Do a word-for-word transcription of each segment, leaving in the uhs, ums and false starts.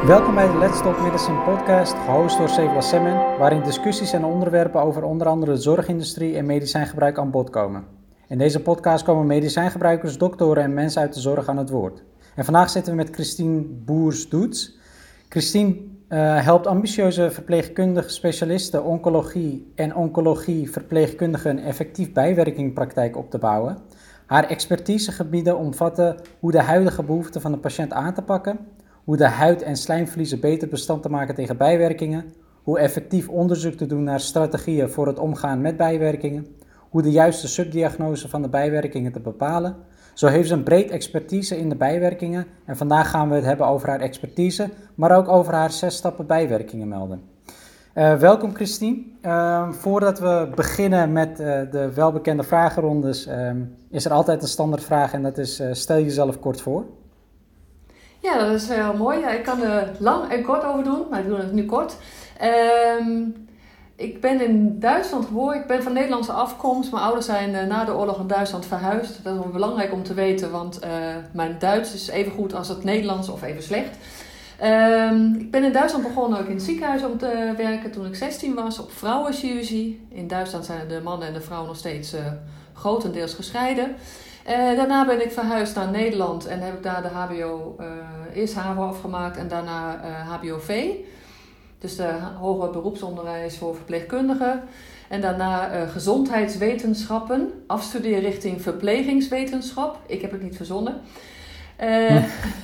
Welkom bij de Let's Talk Medicine podcast, gehost door Sevilla Semmen, waarin discussies en onderwerpen over onder andere de zorgindustrie en medicijngebruik aan bod komen. In deze podcast komen medicijngebruikers, doktoren en mensen uit de zorg aan het woord. En vandaag zitten we met Christine Boers-Doets. Christine uh, helpt ambitieuze verpleegkundige specialisten oncologie en oncologie-verpleegkundigen een effectief bijwerkingpraktijk op te bouwen. Haar expertisegebieden omvatten hoe de huidige behoeften van de patiënt aan te pakken, hoe de huid- en slijmvliezen beter bestand te maken tegen bijwerkingen, hoe effectief onderzoek te doen naar strategieën voor het omgaan met bijwerkingen, hoe de juiste subdiagnose van de bijwerkingen te bepalen. Zo heeft ze een breed expertise in de bijwerkingen en vandaag gaan we het hebben over haar expertise, maar ook over haar zes stappen bijwerkingen melden. Uh, welkom Christine. Uh, voordat we beginnen met uh, de welbekende vragenrondes, uh, is er altijd een standaardvraag en dat is uh, stel jezelf kort voor. Ja, dat is heel mooi. Ja, ik kan er lang en kort over doen, maar ik doe het nu kort. Um, ik ben in Duitsland geboren. Ik ben van Nederlandse afkomst. Mijn ouders zijn uh, na de oorlog in Duitsland verhuisd. Dat is wel belangrijk om te weten, want uh, mijn Duits is even goed als het Nederlands of even slecht. Um, ik ben in Duitsland begonnen ook in het ziekenhuis om te werken toen ik zestien was op vrouwenchirurgie. In Duitsland zijn de mannen en de vrouwen nog steeds uh, grotendeels gescheiden. Uh, daarna ben ik verhuisd naar Nederland en heb ik daar de H B O, uh, eerst H A V O afgemaakt en daarna uh, H B O V. Dus de hoger beroepsonderwijs voor verpleegkundigen. En daarna uh, gezondheidswetenschappen, afstuderen richting verplegingswetenschap. Ik heb het niet verzonnen. Uh,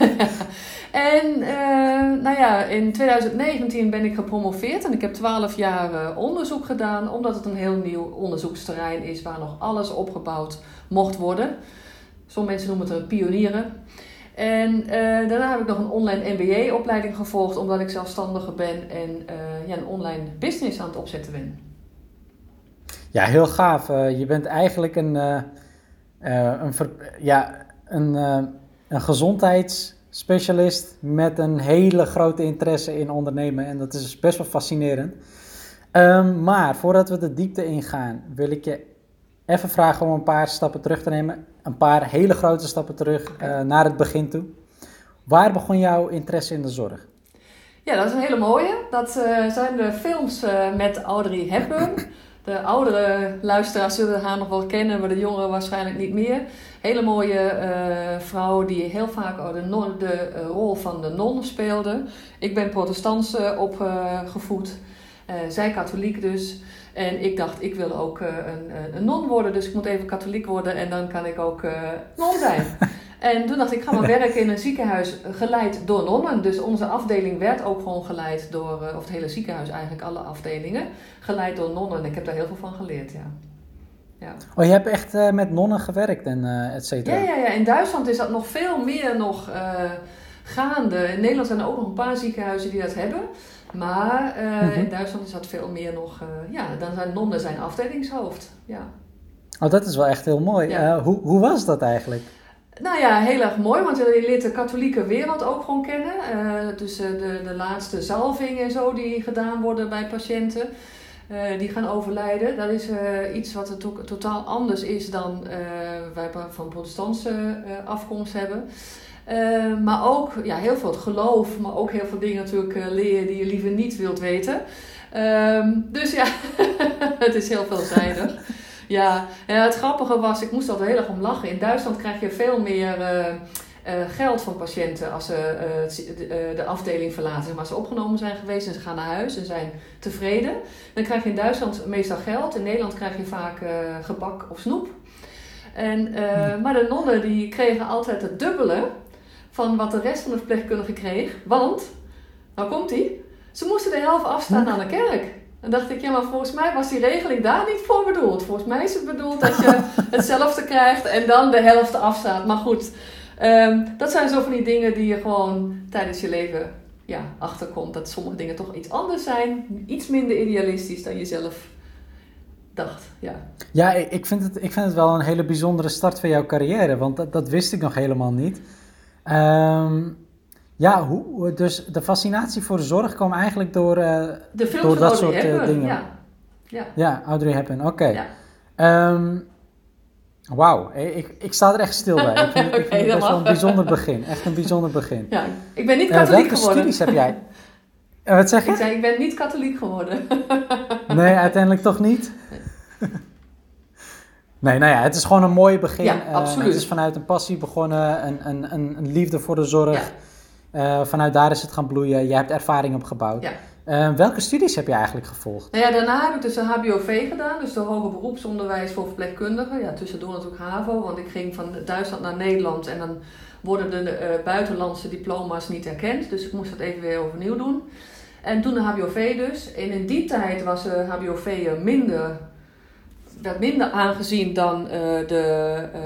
en uh, nou ja, in twintig negentien ben ik gepromoveerd en ik heb twaalf jaar uh, onderzoek gedaan, omdat het een heel nieuw onderzoeksterrein is waar nog alles opgebouwd mocht worden. Sommige mensen noemen het een pionieren. En uh, daarna heb ik nog een online M B A-opleiding gevolgd, omdat ik zelfstandige ben en uh, ja, een online business aan het opzetten ben. Ja, heel gaaf. Uh, je bent eigenlijk een, uh, uh, een, ver, ja, een, uh, een gezondheidsspecialist met een hele grote interesse in ondernemen. En dat is best wel fascinerend. Um, maar voordat we de diepte ingaan, wil ik je even vragen om een paar stappen terug te nemen. Een paar hele grote stappen terug uh, naar het begin toe. Waar begon jouw interesse in de zorg? Ja, dat is een hele mooie. Dat uh, zijn de films uh, met Audrey Hepburn. De oudere luisteraars zullen haar nog wel kennen, maar de jongeren waarschijnlijk niet meer. Hele mooie uh, vrouw die heel vaak oh, de, non, de uh, rol van de non speelde. Ik ben protestants uh, opgevoed. Uh, zij katholiek dus. En ik dacht, ik wil ook uh, een, een non worden, dus ik moet even katholiek worden en dan kan ik ook uh, non zijn. En toen dacht ik, ik ga maar werken in een ziekenhuis geleid door nonnen. Dus onze afdeling werd ook gewoon geleid door, uh, of het hele ziekenhuis eigenlijk, alle afdelingen, geleid door nonnen. En ik heb daar heel veel van geleerd, ja. Ja. Oh, je hebt echt uh, met nonnen gewerkt en uh, et cetera? Ja, ja, ja, in Duitsland is dat nog veel meer nog uh, gaande. In Nederland zijn er ook nog een paar ziekenhuizen die dat hebben. Maar uh, mm-hmm. in Duitsland is dat veel meer nog, uh, ja, dan zijn nonnen zijn afdelingshoofd, ja. Oh, dat is wel echt heel mooi. Ja. Uh, hoe, hoe was dat eigenlijk? Nou ja, heel erg mooi, want je leert de katholieke wereld ook gewoon kennen. Uh, dus uh, de, de laatste zalvingen en zo die gedaan worden bij patiënten, uh, die gaan overlijden. Dat is uh, iets wat er to- totaal anders is dan uh, wij van protestantse uh, afkomst hebben. Uh, maar ook ja, heel veel het geloof, maar ook heel veel dingen natuurlijk uh, leren die je liever niet wilt weten. Uh, dus ja, het is heel veelzijdig. Ja, ja, het grappige was, ik moest altijd heel erg om lachen. In Duitsland krijg je veel meer uh, uh, geld van patiënten als ze uh, de, uh, de afdeling verlaten. Zeg maar als ze opgenomen zijn geweest en ze gaan naar huis en zijn tevreden. Dan krijg je in Duitsland meestal geld. In Nederland krijg je vaak uh, gebak of snoep. En, uh, maar de nonnen die kregen altijd het dubbele van wat de rest van de verpleegkundige kreeg. Want, nou komt ie, ze moesten de helft afstaan aan de kerk. En dacht ik, ja, maar volgens mij was die regeling daar niet voor bedoeld. Volgens mij is het bedoeld dat je hetzelfde krijgt en dan de helft afstaat. Maar goed, um, dat zijn zo van die dingen die je gewoon tijdens je leven ja, achterkomt. Dat sommige dingen toch iets anders zijn. Iets minder idealistisch dan je zelf dacht. Ja, ja ik, vind het, ik vind het wel een hele bijzondere start van jouw carrière. Want dat, dat wist ik nog helemaal niet. Um, Ja, hoe, dus de fascinatie voor de zorg kwam eigenlijk door, uh, de door dat soort uh, dingen. Ja, ja. ja, Audrey Hepburn, oké. Okay. Ja. Um, Wauw, ik, ik sta er echt stil bij. Ik vind het, ik vind Okay, het best dat wel een mag. bijzonder begin. Echt een bijzonder begin. Ja, ik ben niet Eh, katholiek welke geworden. studies heb jij? Eh, wat zeg Ik je? zei, ik ben niet katholiek geworden. Nee, uiteindelijk toch niet? Nee, nou ja, het is gewoon een mooi begin. Ja, Eh, absoluut. het is vanuit een passie begonnen, een, een, een, een liefde voor de zorg. Ja. Eh, vanuit daar is het gaan bloeien. Je hebt ervaring opgebouwd. Ja. Eh, welke studies heb je eigenlijk gevolgd? Nou ja, daarna heb ik dus een H B O V gedaan, dus de hoger beroepsonderwijs voor verpleegkundigen. Ja, tussendoor natuurlijk HAVO, want ik ging van Duitsland naar Nederland en dan worden de uh, buitenlandse diploma's niet erkend. Dus ik moest dat even weer overnieuw doen. En toen de H B O V dus. En in die tijd was de H B O V minder, werd minder aangezien dan uh, de uh,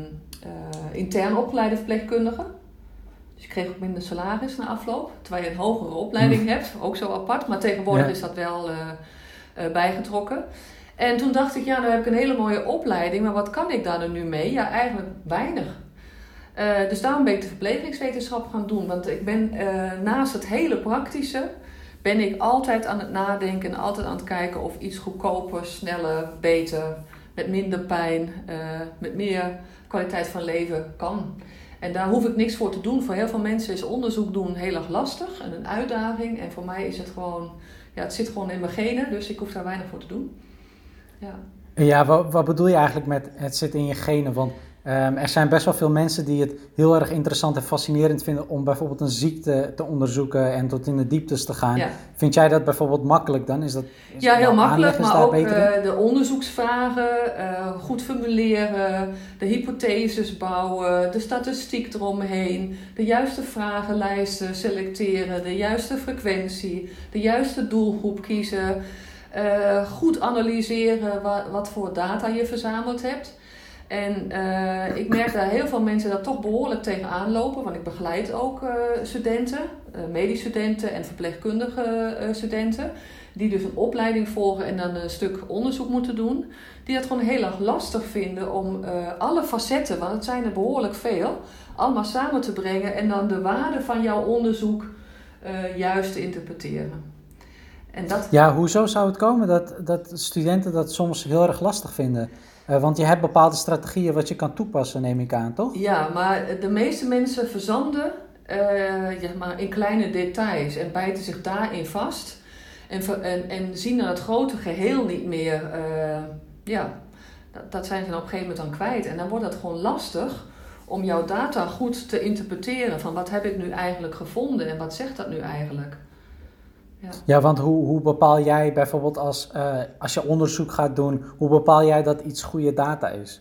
uh, intern opgeleide verpleegkundigen. Dus je kreeg ook minder salaris na afloop, terwijl je een hogere opleiding hm. hebt, ook zo apart. Maar tegenwoordig ja. is dat wel uh, uh, bijgetrokken. En toen dacht ik, ja, nou heb ik een hele mooie opleiding, maar wat kan ik daar nu mee? Ja, eigenlijk weinig. Uh, dus daarom ben ik de verplegingswetenschap gaan doen. Want ik ben uh, naast het hele praktische, ben ik altijd aan het nadenken en altijd aan het kijken of iets goedkoper, sneller, beter, met minder pijn, uh, met meer kwaliteit van leven kan. En daar hoef ik niks voor te doen. Voor heel veel mensen is onderzoek doen heel erg lastig en een uitdaging. En voor mij is het gewoon, ja, het zit gewoon in mijn genen, dus ik hoef daar weinig voor te doen. Ja, ja wat, wat bedoel je eigenlijk met het zit in je genen? Want um, er zijn best wel veel mensen die het heel erg interessant en fascinerend vinden om bijvoorbeeld een ziekte te onderzoeken en tot in de dieptes te gaan. Ja. Vind jij dat bijvoorbeeld makkelijk dan? Is dat, is ja, heel makkelijk, maar ook uh, beter de onderzoeksvragen, uh, goed formuleren, de hypotheses bouwen, de statistiek eromheen, de juiste vragenlijsten selecteren, de juiste frequentie, de juiste doelgroep kiezen, uh, goed analyseren wat, wat voor data je verzameld hebt. En uh, ik merk dat heel veel mensen daar toch behoorlijk tegenaan lopen, want ik begeleid ook uh, studenten, uh, medisch studenten en verpleegkundige uh, studenten, die dus een opleiding volgen en dan een stuk onderzoek moeten doen, die dat gewoon heel erg lastig vinden om uh, alle facetten, want het zijn er behoorlijk veel, allemaal samen te brengen en dan de waarde van jouw onderzoek uh, juist te interpreteren. En dat... Ja, hoezo zou het komen dat, dat studenten dat soms heel erg lastig vinden? Uh, want je hebt bepaalde strategieën wat je kan toepassen, neem ik aan, toch? Ja, maar de meeste mensen verzanden uh, ja, maar in kleine details en bijten zich daarin vast. En, en, en zien dan het grote geheel niet meer. Uh, ja, dat, dat zijn ze dan op een gegeven moment dan kwijt. En dan wordt het gewoon lastig om jouw data goed te interpreteren. Van wat heb ik nu eigenlijk gevonden en wat zegt dat nu eigenlijk? Ja, ja, want hoe, hoe bepaal jij bijvoorbeeld als, uh, als je onderzoek gaat doen, hoe bepaal jij dat iets goede data is?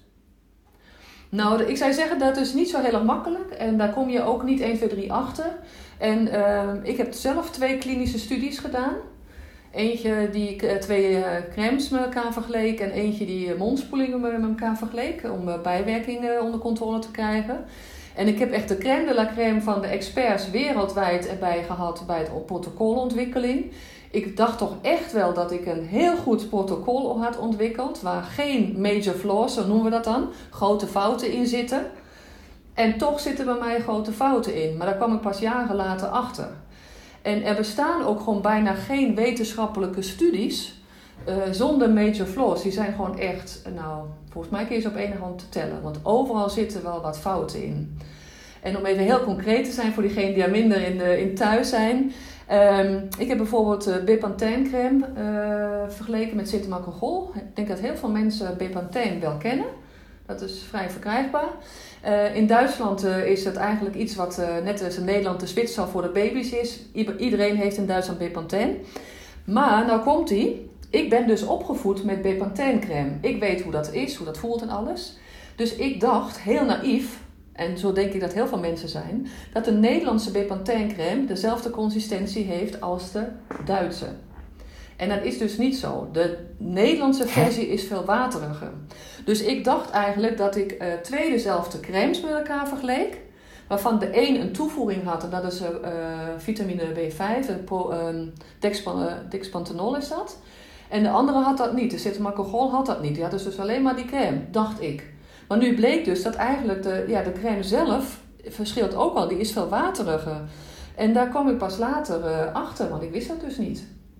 Nou, ik zou zeggen dat is niet zo heel erg makkelijk en daar kom je ook niet één, twee, drie achter. En uh, ik heb zelf twee klinische studies gedaan. Eentje die ik uh, twee uh, crèmes met elkaar vergeleek en eentje die uh, mondspoelingen met elkaar vergeleek om uh, bijwerkingen onder controle te krijgen. En ik heb echt de crème de la crème van de experts wereldwijd erbij gehad bij de protocolontwikkeling. Ik dacht toch echt wel dat ik een heel goed protocol had ontwikkeld, waar geen major flaws, zo noemen we dat dan, grote fouten in zitten. En toch zitten bij mij grote fouten in, maar daar kwam ik pas jaren later achter. En er bestaan ook gewoon bijna geen wetenschappelijke studies uh, zonder major flaws. Die zijn gewoon echt, nou, volgens mij kun je ze op één hand te tellen. Want overal zitten wel wat fouten in. En om even heel concreet te zijn voor diegenen die er minder in, uh, in thuis zijn. Um, ik heb bijvoorbeeld uh, Bepanthen crème uh, vergeleken met citalopram. Ik denk dat heel veel mensen Bepanthen wel kennen. Dat is vrij verkrijgbaar. Uh, in Duitsland uh, is het eigenlijk iets wat uh, net als in Nederland de Zwitser voor de baby's is. I- iedereen heeft in Duitsland Bepanthen. Maar nou komt ie. Ik ben dus opgevoed met Bepanthen crème. Ik weet hoe dat is, hoe dat voelt en alles. Dus ik dacht, heel naïef, en zo denk ik dat heel veel mensen zijn, dat de Nederlandse Bepanthen crème dezelfde consistentie heeft als de Duitse. En dat is dus niet zo. De Nederlandse versie is veel wateriger. Dus ik dacht eigenlijk dat ik uh, twee dezelfde crèmes met elkaar vergeleek. Waarvan de een een toevoeging had, en dat is uh, vitamine B vijf, pro, uh, dexpan, uh, dexpanthenol is dat. En de andere had dat niet. De citalopram had dat niet. Die had dus, dus alleen maar die crème, dacht ik. Maar nu bleek dus dat eigenlijk de, ja, de crème zelf verschilt ook al. Die is veel wateriger. En daar kwam ik pas later uh, achter, want ik wist dat dus niet.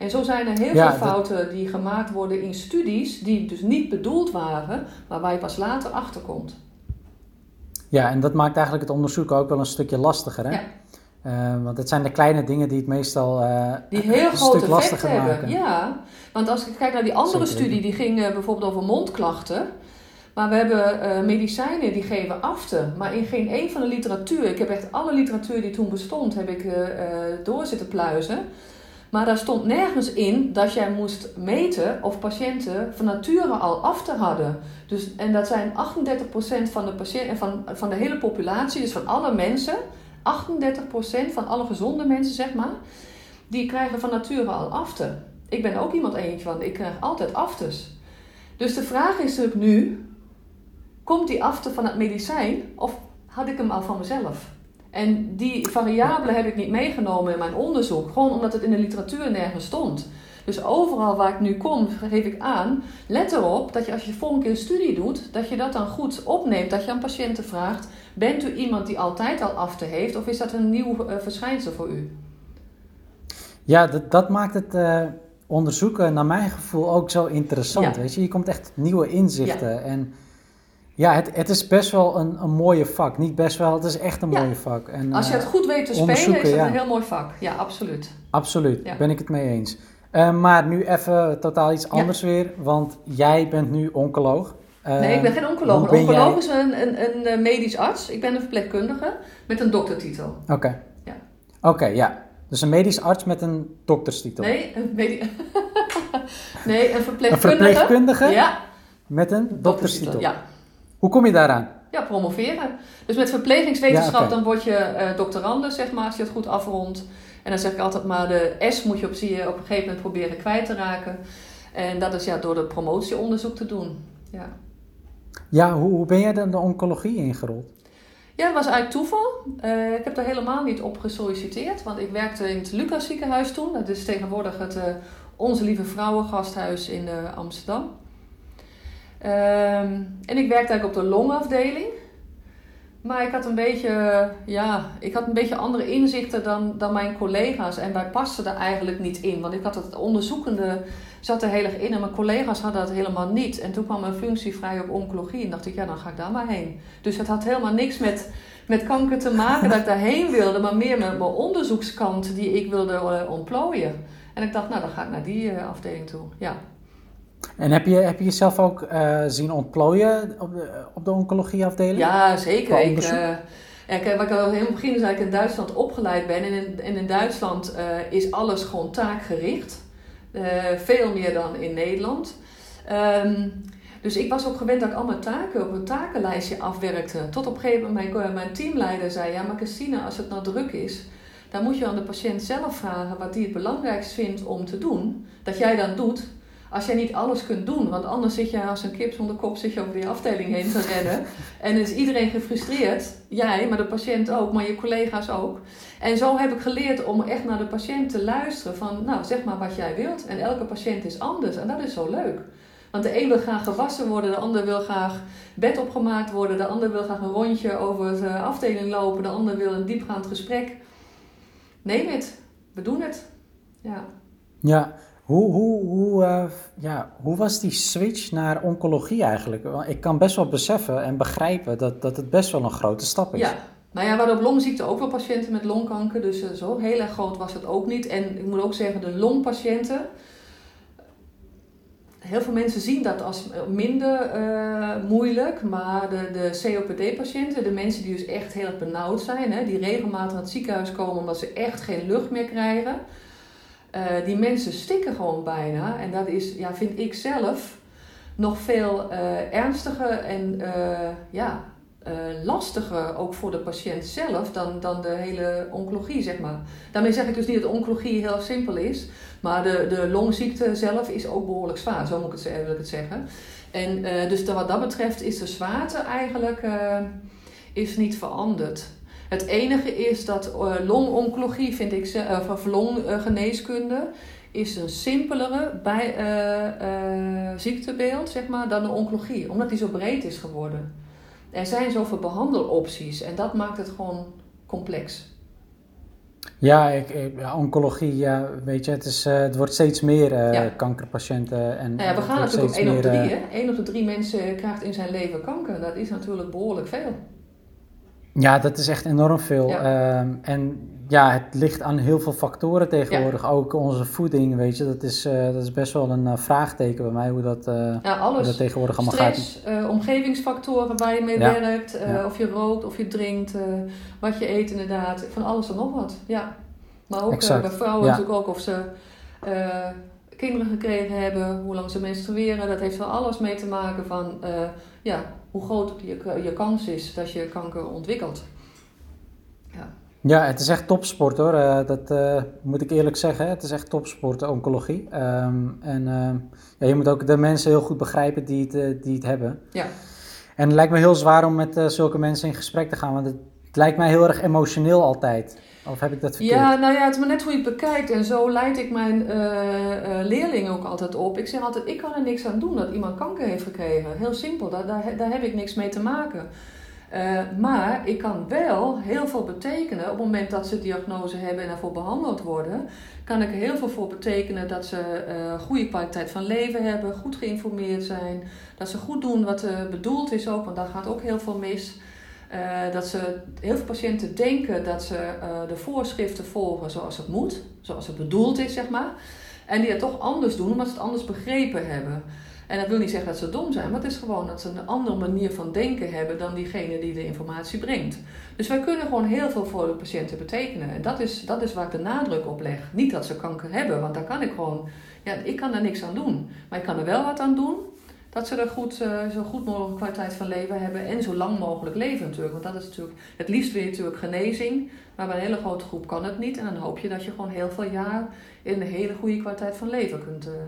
En zo zijn er heel Ja, veel dat- fouten die gemaakt worden in studies die dus niet bedoeld waren, maar waar je pas later achter komt. Ja, en dat maakt eigenlijk het onderzoek ook wel een stukje lastiger, hè? Ja. Uh, want het zijn de kleine dingen die het meestal uh, Die heel een groot stuk lastiger effect hebben. maken. Ja, want als ik kijk naar die andere Zeker studie, weten. die ging uh, bijvoorbeeld over mondklachten. Maar we hebben uh, medicijnen die geven afte. Maar in geen één van de literatuur, ik heb echt alle literatuur die toen bestond, heb ik uh, uh, door zitten pluizen. Maar daar stond nergens in dat jij moest meten of patiënten van nature al afte hadden. Dus, en dat zijn achtendertig procent van de, patiënt, van, van de hele populatie, dus van alle mensen. achtendertig procent van alle gezonde mensen, zeg maar, die krijgen van nature al afte. Ik ben ook iemand eentje van, ik krijg altijd aftes. Dus de vraag is natuurlijk nu, komt die afte van het medicijn of had ik hem al van mezelf? En die variabelen heb ik niet meegenomen in mijn onderzoek, gewoon omdat het in de literatuur nergens stond. Dus overal waar ik nu kom, geef ik aan, let erop dat je als je de volgende keer een studie doet, dat je dat dan goed opneemt. Dat je aan patiënten vraagt, bent u iemand die altijd al afte heeft of is dat een nieuw uh, verschijnsel voor u? Ja, dat, dat maakt het uh, onderzoeken naar mijn gevoel ook zo interessant. Ja. Weet je? Je komt echt nieuwe inzichten. Ja. En ja, het, het is best wel een, een mooie vak. Niet best wel, het is echt een Ja. mooie vak. En, Als je het goed weet te uh, spelen, is dat ja. een heel mooi vak. Ja, absoluut. Absoluut, Ja. ben ik het mee eens. Uh, maar nu even totaal iets anders Ja. weer, want jij bent nu oncoloog. Uh, Nee, ik ben geen oncoloog. Een oncoloog is een, een, een medisch arts. Ik ben een verpleegkundige met een doktertitel. Oké. Okay. Ja. Oké, okay, ja. Dus een medisch arts met een dokterstitel. Nee, een, medi- nee, een verpleegkundige. Een verpleegkundige? Ja. Met een dokterstitel. Ja. Hoe kom je daaraan? Ja, promoveren. Dus met verplegingswetenschap ja, okay. dan word je uh, doctorandus, zeg maar, als je het goed afrondt. En dan zeg ik altijd maar, de S moet je op, zie je op een gegeven moment proberen kwijt te raken. En dat is ja door de promotieonderzoek te doen. Ja, ja hoe, hoe ben jij dan de oncologie ingerold? Ja, dat was eigenlijk toeval. Uh, ik heb daar helemaal niet op gesolliciteerd, want ik werkte in het Lucas ziekenhuis toen. Dat is tegenwoordig het uh, Onze Lieve Vrouwen gasthuis in uh, Amsterdam. Um, en ik werkte eigenlijk op de longafdeling. Maar ik had een beetje, ja, ik had een beetje andere inzichten dan, dan mijn collega's. En wij pasten er eigenlijk niet in. Want ik had het onderzoekende, zat er heel erg in. En mijn collega's hadden dat helemaal niet. En toen kwam mijn functie vrij op oncologie. En dacht ik, ja, dan ga ik daar maar heen. Dus het had helemaal niks met, met kanker te maken dat ik daarheen wilde. Maar meer met mijn onderzoekskant die ik wilde uh, ontplooien. En ik dacht, nou, dan ga ik naar die uh, afdeling toe, ja. En heb je, heb je jezelf ook uh, zien ontplooien op de, op de oncologieafdeling? Ja, zeker. Ik, uh, ik, wat ik al helemaal begin is dat ik in Duitsland opgeleid ben. En in, en in Duitsland uh, is alles gewoon taakgericht. Uh, veel meer dan in Nederland. Um, dus ik was ook gewend dat ik al mijn taken op een takenlijstje afwerkte. Tot op een gegeven moment mijn, mijn teamleider zei, ja, maar Christine, als het nou druk is, dan moet je aan de patiënt zelf vragen wat die het belangrijkst vindt om te doen. Dat jij dan doet. Als jij niet alles kunt doen, want anders zit je als een kip zonder kop zit je over die afdeling heen te rennen. En is iedereen gefrustreerd. Jij, maar de patiënt ook, maar je collega's ook. En zo heb ik geleerd om echt naar de patiënt te luisteren van, nou, zeg maar wat jij wilt. En elke patiënt is anders en dat is zo leuk. Want de een wil graag gewassen worden, de ander wil graag bed opgemaakt worden. De ander wil graag een rondje over de afdeling lopen, de ander wil een diepgaand gesprek. Neem het, we doen het. Ja. Ja. Hoe, hoe, hoe, uh, ja, hoe was die switch naar oncologie eigenlijk? Ik kan best wel beseffen en begrijpen dat, dat het best wel een grote stap is. Ja, nou ja, we hadden op longziekte ook wel patiënten met longkanker, dus uh, zo heel erg groot was het ook niet. En ik moet ook zeggen, de longpatiënten, heel veel mensen zien dat als minder uh, moeilijk, maar de, de C O P D-patiënten, de mensen die dus echt heel erg benauwd zijn, hè, die regelmatig naar het ziekenhuis komen omdat ze echt geen lucht meer krijgen. Uh, die mensen stikken gewoon bijna. En dat is, ja, vind ik zelf, nog veel uh, ernstiger en uh, ja, uh, lastiger ook voor de patiënt zelf dan, dan de hele oncologie, zeg maar. Daarmee zeg ik dus niet dat oncologie heel simpel is. Maar de, de longziekte zelf is ook behoorlijk zwaar, zo moet ik het, wil ik het zeggen. En uh, dus wat dat betreft is de zwaarte eigenlijk uh, is niet veranderd. Het enige is dat uh, longoncologie, vind ik, uh, of longgeneeskunde, is een simpelere bij, uh, uh, ziektebeeld, zeg maar, dan de oncologie. Omdat die zo breed is geworden. Er zijn zoveel behandelopties en dat maakt het gewoon complex. Ja, ik, ik, ja, oncologie, ja, weet je, het, is, uh, het wordt steeds meer uh, ja. kankerpatiënten. En Nou ja, we gaan het natuurlijk op één op drie. Uh, Hè? één op de drie mensen krijgt in zijn leven kanker. Dat is natuurlijk behoorlijk veel. Ja, dat is echt enorm veel. Ja. Um, en ja, het ligt aan heel veel factoren tegenwoordig. Ja. Ook onze voeding, weet je, dat is, uh, dat is best wel een uh, vraagteken bij mij hoe dat, uh, ja, alles. Hoe dat tegenwoordig allemaal Stress, gaat. Uh, omgevingsfactoren waar je mee ja. werkt, uh, ja. of je rookt, of je drinkt, uh, wat je eet inderdaad, van alles en nog wat. Ja. Maar ook uh, bij vrouwen ja. natuurlijk ook of ze uh, kinderen gekregen hebben, hoe lang ze menstrueren. Dat heeft wel alles mee te maken van uh, ja, hoe groot je, je kans is dat je kanker ontwikkelt. Ja. Ja, het is echt topsport hoor. Uh, dat uh, moet ik eerlijk zeggen. Het is echt topsport, oncologie. Um, en uh, ja, je moet ook de mensen heel goed begrijpen die het, uh, die het hebben. Ja. En het lijkt me heel zwaar om met uh, zulke mensen in gesprek te gaan, want het, het lijkt mij heel erg emotioneel altijd. Of heb ik dat verkeerd? Ja, nou ja, het is maar net hoe je het bekijkt. En zo leid ik mijn uh, uh, leerlingen ook altijd op. Ik zeg altijd, ik kan er niks aan doen dat iemand kanker heeft gekregen. Heel simpel, daar, daar, daar heb ik niks mee te maken. Uh, maar ik kan wel heel veel betekenen op het moment dat ze diagnose hebben en daarvoor behandeld worden. Kan ik er heel veel voor betekenen dat ze uh, goede kwaliteit van leven hebben, goed geïnformeerd zijn. Dat ze goed doen wat uh, bedoeld is ook, want daar gaat ook heel veel mis. Uh, dat ze, heel veel patiënten denken dat ze uh, de voorschriften volgen zoals het moet, zoals het bedoeld is, zeg maar. En die het toch anders doen, omdat ze het anders begrepen hebben. En dat wil niet zeggen dat ze dom zijn, maar het is gewoon dat ze een andere manier van denken hebben dan diegene die de informatie brengt. Dus wij kunnen gewoon heel veel voor de patiënten betekenen. En dat is, dat is waar ik de nadruk op leg. Niet dat ze kanker hebben, want daar kan ik gewoon, ja, ik kan daar niks aan doen. Maar ik kan er wel wat aan doen. Dat ze er goed, uh, zo goed mogelijk kwaliteit van leven hebben en zo lang mogelijk leven natuurlijk. Want dat is natuurlijk, het liefst weer natuurlijk genezing. Maar bij een hele grote groep kan het niet. En dan hoop je dat je gewoon heel veel jaar in een hele goede kwaliteit van leven kunt uh,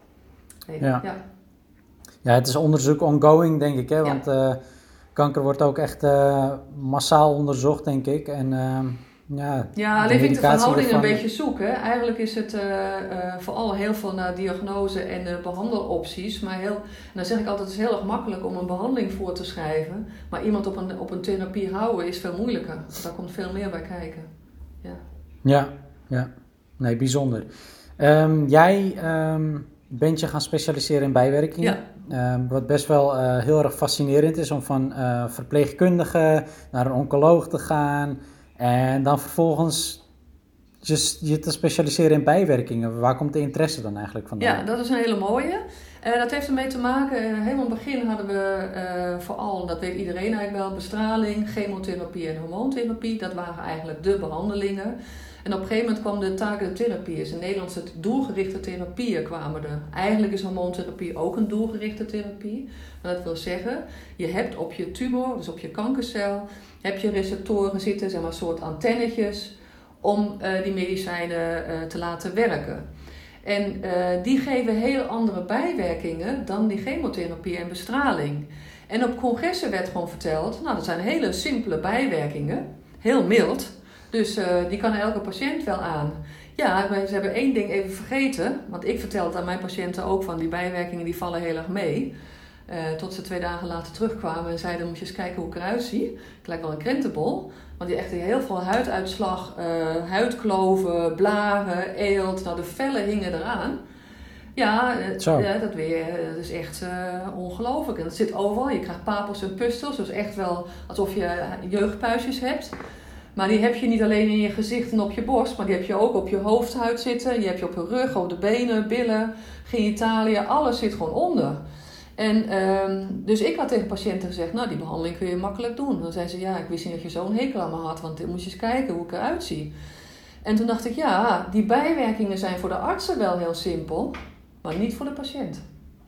leven. Ja. Ja. ja, het is onderzoek ongoing denk ik. Hè? Want ja. uh, kanker wordt ook echt uh, massaal onderzocht denk ik. En, uh, ja, ja, alleen vind ik de verhouding ervan... een beetje zoek. Hè? Eigenlijk is het uh, uh, vooral heel veel naar diagnose en uh, behandelopties. Maar heel, en dan zeg ik altijd, het is heel erg makkelijk om een behandeling voor te schrijven. Maar iemand op een, op een therapie houden is veel moeilijker. Daar komt veel meer bij kijken. Ja, ja, ja. Nee, bijzonder. Um, jij um, bent je gaan specialiseren in bijwerkingen. Ja. Um, wat best wel uh, heel erg fascinerend is om van uh, verpleegkundige naar een oncoloog te gaan... En dan vervolgens je, je te specialiseren in bijwerkingen. Waar komt de interesse dan eigenlijk vandaan? Ja, dat is een hele mooie. Uh, dat heeft ermee te maken, uh, helemaal in het begin hadden we uh, vooral, dat weet iedereen eigenlijk wel, bestraling, chemotherapie en hormoontherapie. Dat waren eigenlijk de behandelingen. En op een gegeven moment kwam de targeted therapie. Dus in Nederland het doelgerichte therapieën kwamen er. Eigenlijk is hormoontherapie ook een doelgerichte therapie. Maar dat wil zeggen, je hebt op je tumor, dus op je kankercel, heb je receptoren zitten, zeg maar een soort antennetjes, om uh, die medicijnen uh, te laten werken. En uh, die geven heel andere bijwerkingen dan die chemotherapie en bestraling. En op congressen werd gewoon verteld, nou dat zijn hele simpele bijwerkingen, heel mild. Dus uh, die kan elke patiënt wel aan. Ja, maar ze hebben één ding even vergeten. Want ik vertel het aan mijn patiënten ook van die bijwerkingen die vallen heel erg mee. Uh, tot ze twee dagen later terugkwamen en zeiden, moet je eens kijken hoe ik eruit zie. Ik lijk wel een krentenbol. Want die echt heel veel huiduitslag, uh, huidkloven, blaren, eelt. Nou, de vellen hingen eraan. Ja, ja dat, weer, dat is echt uh, ongelooflijk. En dat zit overal. Je krijgt papels en pustels. Dus echt wel alsof je jeugdpuistjes hebt. Maar die heb je niet alleen in je gezicht en op je borst, maar die heb je ook op je hoofdhuid zitten. Die heb je op je rug, op de benen, billen, genitaliën, alles zit gewoon onder. En um, dus ik had tegen patiënten gezegd, nou die behandeling kun je makkelijk doen. Dan zei ze, ja ik wist niet dat je zo'n hekel aan me had, want dan moet je eens kijken hoe ik eruit zie. En toen dacht ik, ja, die bijwerkingen zijn voor de artsen wel heel simpel, maar niet voor de patiënt.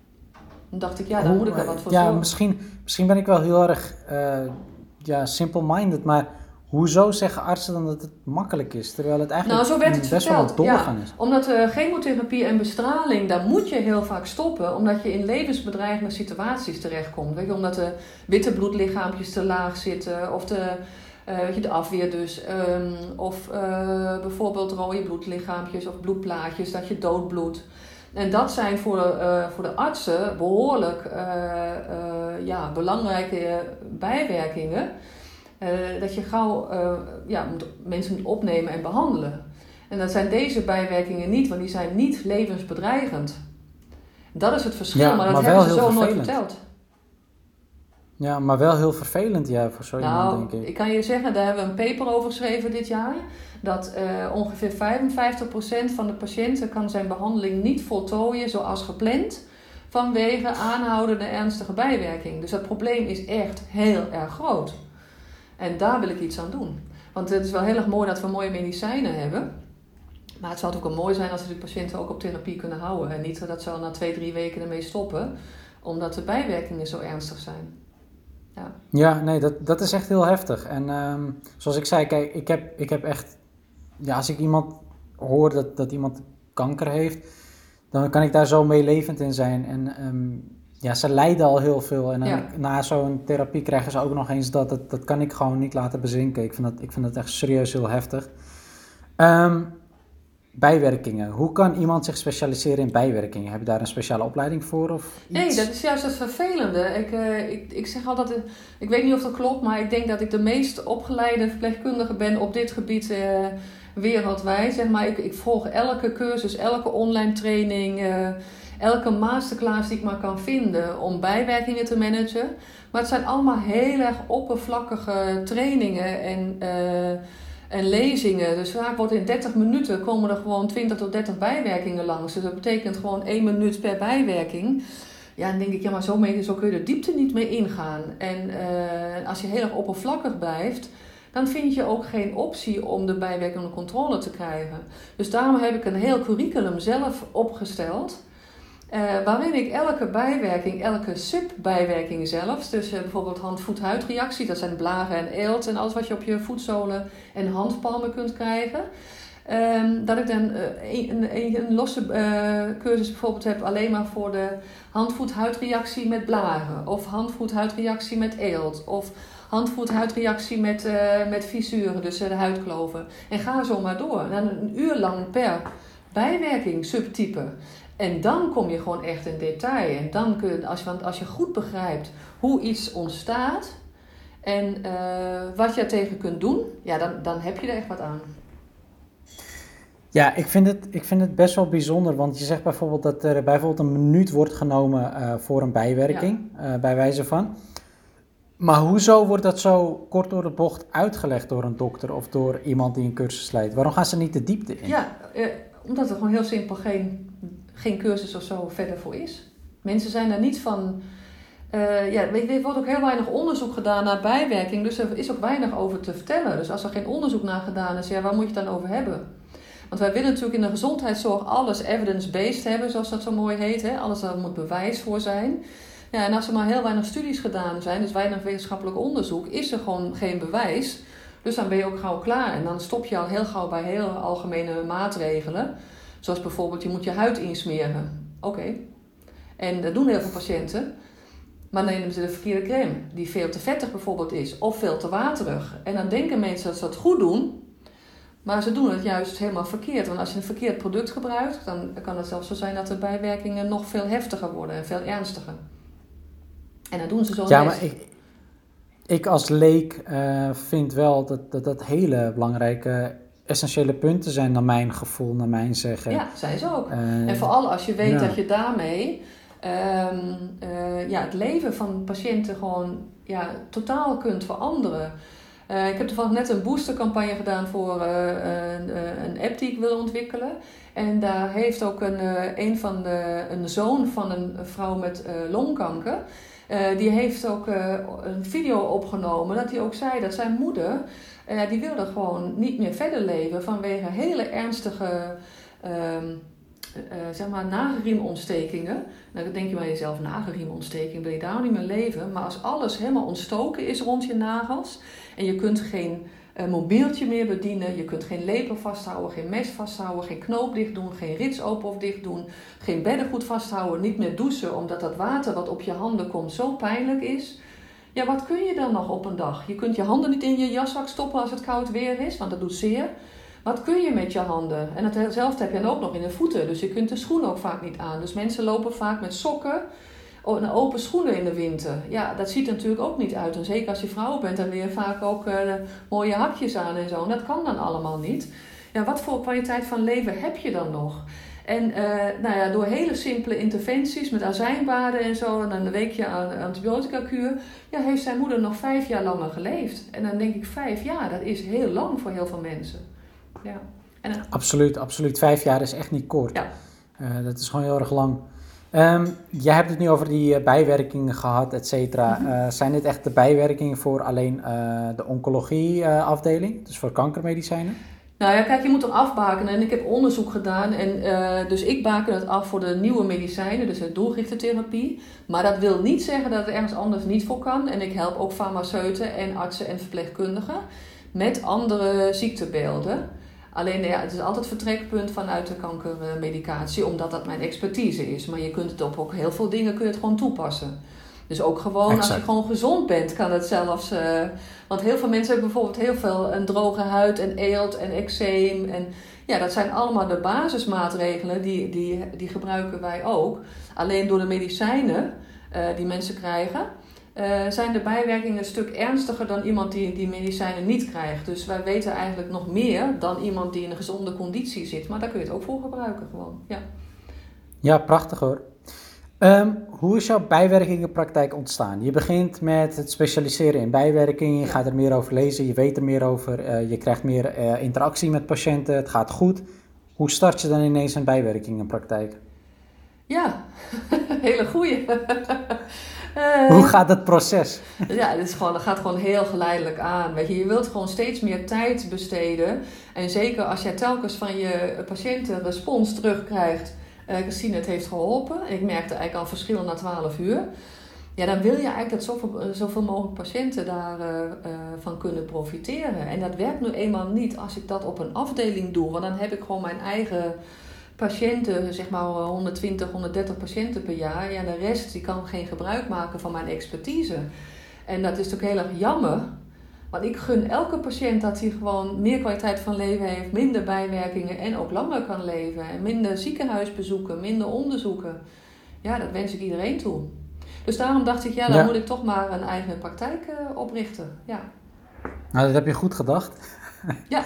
Dan dacht ik, ja, daar moet ik er wat voor ja, zorgen. Misschien, misschien ben ik wel heel erg uh, ja, simple-minded, maar hoezo zeggen artsen dan dat het makkelijk is, terwijl het eigenlijk nou, zo werd het best verteld. wel wat doorgaan ja, is? Omdat uh, chemotherapie en bestraling, daar moet je heel vaak stoppen, omdat je in levensbedreigende situaties terechtkomt. Weet je, omdat de witte bloedlichaampjes te laag zitten, of de, uh, weet je, de afweer dus, um, of uh, bijvoorbeeld rode bloedlichaampjes of bloedplaatjes, dat je doodbloedt. En dat zijn voor de, uh, voor de artsen behoorlijk uh, uh, ja, belangrijke bijwerkingen. uh, dat je gauw uh, ja, moet, mensen moet opnemen en behandelen. En dat zijn deze bijwerkingen niet, want die zijn niet levensbedreigend. Dat is het verschil, ja, maar dat maar hebben wel ze heel zo vervelend. nooit verteld. Ja, maar wel heel vervelend, ja, voor zo iemand, Nou, denk ik. ik kan je zeggen, daar hebben we een paper over geschreven dit jaar. Dat uh, ongeveer vijfenvijftig procent van de patiënten kan zijn behandeling niet voltooien zoals gepland. Vanwege aanhoudende ernstige bijwerking. Dus dat probleem is echt heel erg groot. En daar wil ik iets aan doen. Want het is wel heel erg mooi dat we mooie medicijnen hebben. Maar het zou ook wel mooi zijn als we die patiënten ook op therapie kunnen houden. En niet dat ze al na twee, drie weken ermee stoppen. Omdat de bijwerkingen zo ernstig zijn. Ja, ja nee, dat, dat is echt heel heftig. En um, zoals ik zei, kijk, ik heb, ik heb echt... Ja, als ik iemand hoor dat, dat iemand kanker heeft, dan kan ik daar zo meelevend in zijn. En um, ja, ze lijden al heel veel. En dan, ja. na zo'n therapie krijgen ze ook nog eens dat. Dat, dat kan ik gewoon niet laten bezinken. Ik vind dat, ik vind dat echt serieus heel heftig. Um, bijwerkingen. Hoe kan iemand zich specialiseren in bijwerkingen? Heb je daar een speciale opleiding voor of iets? Nee, dat is juist het vervelende. Ik, uh, ik, ik zeg altijd, uh, ik weet niet of dat klopt, maar ik denk dat ik de meest opgeleide verpleegkundige ben op dit gebied uh, wereldwijd. Zeg maar, ik, ik volg elke cursus, elke online training, uh, elke masterclass die ik maar kan vinden om bijwerkingen te managen. Maar het zijn allemaal heel erg oppervlakkige trainingen en... Uh, En lezingen, dus vaak wordt in dertig minuten komen er gewoon twintig tot dertig bijwerkingen langs. Dus dat betekent gewoon één minuut per bijwerking. Ja, dan denk ik, ja, maar zo, mee, zo kun je de diepte niet mee ingaan. En uh, als je heel erg oppervlakkig blijft, dan vind je ook geen optie om de bijwerking onder controle te krijgen. Dus daarom heb ik een heel curriculum zelf opgesteld. Uh, waarin ik elke bijwerking, elke subbijwerking zelfs, dus uh, bijvoorbeeld hand-voet-huidreactie, dat zijn blaren en eelt en alles wat je op je voetzolen en handpalmen kunt krijgen. Um, dat ik dan uh, een, een, een losse uh, cursus bijvoorbeeld heb alleen maar voor de hand-voet-huidreactie met blaren, of hand-voet-huidreactie met eelt, of hand-voet-huidreactie met, uh, met fissuren, dus uh, de huidkloven. En ga zo maar door. En dan een uur lang per bijwerking, subtype. En dan kom je gewoon echt in detail. En dan kun je, als je, want als je goed begrijpt hoe iets ontstaat en uh, wat je er tegen kunt doen, ja, dan, dan heb je er echt wat aan. Ja, ik vind, het, ik vind het best wel bijzonder, want je zegt bijvoorbeeld dat er bijvoorbeeld een minuut wordt genomen uh, voor een bijwerking, ja. uh, bij wijze van. Maar hoezo wordt dat zo kort door de bocht uitgelegd door een dokter of door iemand die een cursus leidt? Waarom gaan ze niet de diepte in? Ja, uh, omdat er gewoon heel simpel geen... geen cursus of zo verder voor is. Mensen zijn daar niet van... Uh, ja, er wordt ook heel weinig onderzoek gedaan naar bijwerking, dus er is ook weinig over te vertellen. Dus als er geen onderzoek naar gedaan is, ja, waar moet je het dan over hebben? Want wij willen natuurlijk in de gezondheidszorg alles evidence-based hebben, zoals dat zo mooi heet. Hè? Alles daar moet bewijs voor zijn. Ja, en als er maar heel weinig studies gedaan zijn, dus weinig wetenschappelijk onderzoek, is er gewoon geen bewijs. Dus dan ben je ook gauw klaar. En dan stop je al heel gauw bij heel algemene maatregelen. Zoals bijvoorbeeld, je moet je huid insmeren. Oké. Okay. En dat doen heel veel patiënten. Maar dan nemen ze de verkeerde crème. Die veel te vettig bijvoorbeeld is. Of veel te waterig. En dan denken mensen dat ze dat goed doen. Maar ze doen het juist helemaal verkeerd. Want als je een verkeerd product gebruikt, dan kan het zelfs zo zijn dat de bijwerkingen nog veel heftiger worden. En veel ernstiger. En dat doen ze zo Ja, net. maar ik, ik als leek uh, vind wel dat, dat dat hele belangrijke... essentiële punten zijn naar mijn gevoel, naar mijn zeggen. Ja, zijn ze ook. Uh, en vooral als je weet ja. dat je daarmee um, uh, ja, het leven van patiënten gewoon ja, totaal kunt veranderen. Uh, ik heb toevallig net een boostercampagne gedaan voor uh, een, een app die ik wil ontwikkelen. En daar heeft ook een, uh, een, van de, een zoon van een vrouw met uh, longkanker. Uh, die heeft ook uh, een video opgenomen dat hij ook zei dat zijn moeder... Uh, die wilde gewoon niet meer verder leven vanwege hele ernstige uh, uh, zeg maar nagelriemontstekingen. Nou, dan denk je bij jezelf, nagelriemontsteking, wil je daar niet meer leven? Maar als alles helemaal ontstoken is rond je nagels en je kunt geen uh, mobieltje meer bedienen, je kunt geen lepel vasthouden, geen mes vasthouden, geen knoop dicht doen, geen rits open of dicht doen, geen beddengoed vasthouden, niet meer douchen omdat dat water wat op je handen komt zo pijnlijk is... Ja, wat kun je dan nog op een dag? Je kunt je handen niet in je jaszak stoppen als het koud weer is, want dat doet zeer. Wat kun je met je handen? En hetzelfde heb je dan ook nog in de voeten, dus je kunt de schoenen ook vaak niet aan. Dus mensen lopen vaak met sokken een open schoenen in de winter. Ja, dat ziet er natuurlijk ook niet uit. En zeker als je vrouw bent, dan wil je vaak ook uh, mooie hakjes aan en zo. En dat kan dan allemaal niet. Ja, wat voor kwaliteit van leven heb je dan nog? En uh, nou ja, door hele simpele interventies met azijnbaden en zo, en dan een weekje aan antibiotica-kuur, ja, heeft zijn moeder nog vijf jaar langer geleefd. En dan denk ik, vijf jaar, dat is heel lang voor heel veel mensen. Ja. En, uh, absoluut, absoluut. Vijf jaar is echt niet kort. Ja. Uh, dat is gewoon heel erg lang. Um, jij hebt het nu over die uh, bijwerkingen gehad, et cetera. Mm-hmm. Uh, zijn dit echt de bijwerkingen voor alleen uh, de oncologie uh, afdeling, dus voor kankermedicijnen? Nou ja, kijk, je moet hem afbakenen. En ik heb onderzoek gedaan. En uh, dus ik baken het af voor de nieuwe medicijnen, dus de doelgerichte therapie. Maar dat wil niet zeggen dat het ergens anders niet voor kan. En ik help ook farmaceuten en artsen en verpleegkundigen met andere ziektebeelden. Alleen ja, het is altijd vertrekpunt vanuit de kankermedicatie, omdat dat mijn expertise is. Maar je kunt het op ook heel veel dingen kun je het gewoon toepassen. Dus ook gewoon, exact. Als je gewoon gezond bent, kan het zelfs... Uh, want heel veel mensen hebben bijvoorbeeld heel veel een droge huid en eelt en eczeem. En ja, dat zijn allemaal de basismaatregelen, die, die, die gebruiken wij ook. Alleen door de medicijnen uh, die mensen krijgen, uh, zijn de bijwerkingen een stuk ernstiger dan iemand die die medicijnen niet krijgt. Dus wij weten eigenlijk nog meer dan iemand die in een gezonde conditie zit. Maar daar kun je het ook voor gebruiken gewoon, ja. Ja, prachtig hoor. Um, hoe is jouw bijwerkingenpraktijk ontstaan? Je begint met het specialiseren in bijwerkingen, je gaat er meer over lezen, je weet er meer over, uh, je krijgt meer uh, interactie met patiënten, het gaat goed. Hoe start je dan ineens een bijwerkingenpraktijk? Ja, hele goeie. uh, hoe gaat het proces? Ja, het is gewoon, het gaat gewoon heel geleidelijk aan. Weet je, je wilt gewoon steeds meer tijd besteden. En zeker als jij telkens van je patiënten respons terugkrijgt. Uh, Christine, het heeft geholpen. Ik merkte eigenlijk al verschil na twaalf uur. Ja, dan wil je eigenlijk dat zoveel, zoveel mogelijk patiënten daarvan uh, uh, kunnen profiteren. En dat werkt nu eenmaal niet als ik dat op een afdeling doe. Want dan heb ik gewoon mijn eigen patiënten, zeg maar honderdtwintig, honderddertig patiënten per jaar. Ja, de rest die kan geen gebruik maken van mijn expertise. En dat is natuurlijk heel erg jammer. Want ik gun elke patiënt dat hij gewoon meer kwaliteit van leven heeft, minder bijwerkingen en ook langer kan leven. En minder ziekenhuisbezoeken, minder onderzoeken. Ja, dat wens ik iedereen toe. Dus daarom dacht ik, ja, dan ja. moet ik toch maar een eigen praktijk uh, oprichten. Ja. Nou, dat heb je goed gedacht. Ja.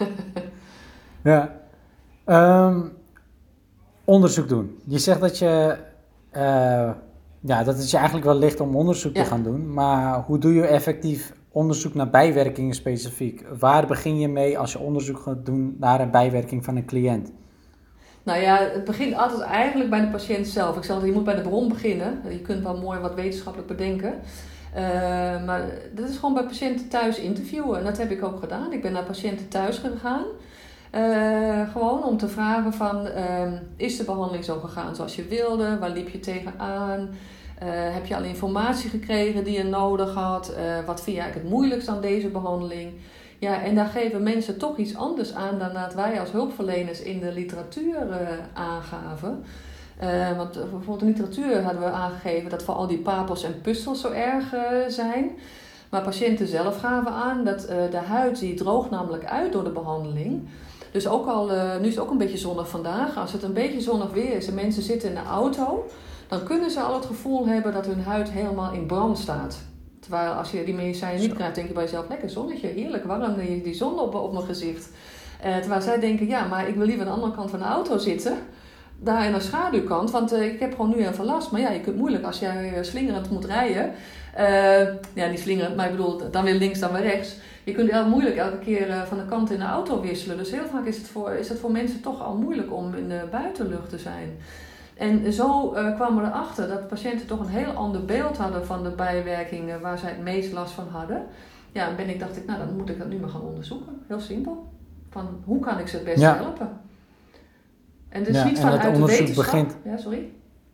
ja. Um, onderzoek doen. Je zegt dat je... Uh, ja, dat het je eigenlijk wel ligt om onderzoek ja. te gaan doen. Maar hoe doe je effectief onderzoek naar bijwerkingen specifiek? Waar begin je mee als je onderzoek gaat doen naar een bijwerking van een cliënt? Nou ja, het begint altijd eigenlijk bij de patiënt zelf. Ik zeg altijd, je moet bij de bron beginnen. Je kunt wel mooi wat wetenschappelijk bedenken. Uh, maar dat is gewoon bij patiënten thuis interviewen. En dat heb ik ook gedaan. Ik ben naar patiënten thuis gegaan. Uh, gewoon om te vragen van, uh, is de behandeling zo gegaan zoals je wilde? Waar liep je tegenaan? Uh, heb je al informatie gekregen die je nodig had? Uh, wat vind je eigenlijk het moeilijkst aan deze behandeling? Ja, en daar geven mensen toch iets anders aan dan dat wij als hulpverleners in de literatuur uh, aangaven. Uh, want bijvoorbeeld in de literatuur hadden we aangegeven dat voor al die papels en pustels zo erg uh, zijn. Maar patiënten zelf gaven aan dat uh, de huid die droogt namelijk uit door de behandeling. Dus ook al, uh, nu is het ook een beetje zonnig vandaag. Als het een beetje zonnig weer is en mensen zitten in de auto, dan kunnen ze al het gevoel hebben dat hun huid helemaal in brand staat. Terwijl als je die medicijnen niet krijgt, denk je bij jezelf, lekker zonnetje, heerlijk, warm, die, die zon op, op mijn gezicht. Uh, terwijl zij denken, ja, maar ik wil liever aan de andere kant van de auto zitten, daar in de schaduwkant, want uh, ik heb gewoon nu heel veel last. Maar ja, je kunt moeilijk als jij slingerend moet rijden. Uh, ja, niet slingerend, maar ik bedoel, dan weer links, dan weer rechts. Je kunt heel moeilijk elke keer uh, van de kant in de auto wisselen. Dus heel vaak is het voor, is het voor mensen toch al moeilijk om in de buitenlucht te zijn. En zo uh, kwamen we erachter dat patiënten toch een heel ander beeld hadden van de bijwerkingen waar zij het meest last van hadden. Ja, en ben ik, dacht ik, nou dan moet ik dat nu maar gaan onderzoeken. Heel simpel. Van hoe kan ik ze het beste ja. helpen? En dus ja, niet vanuit de wetenschap. Begint... Ja, sorry.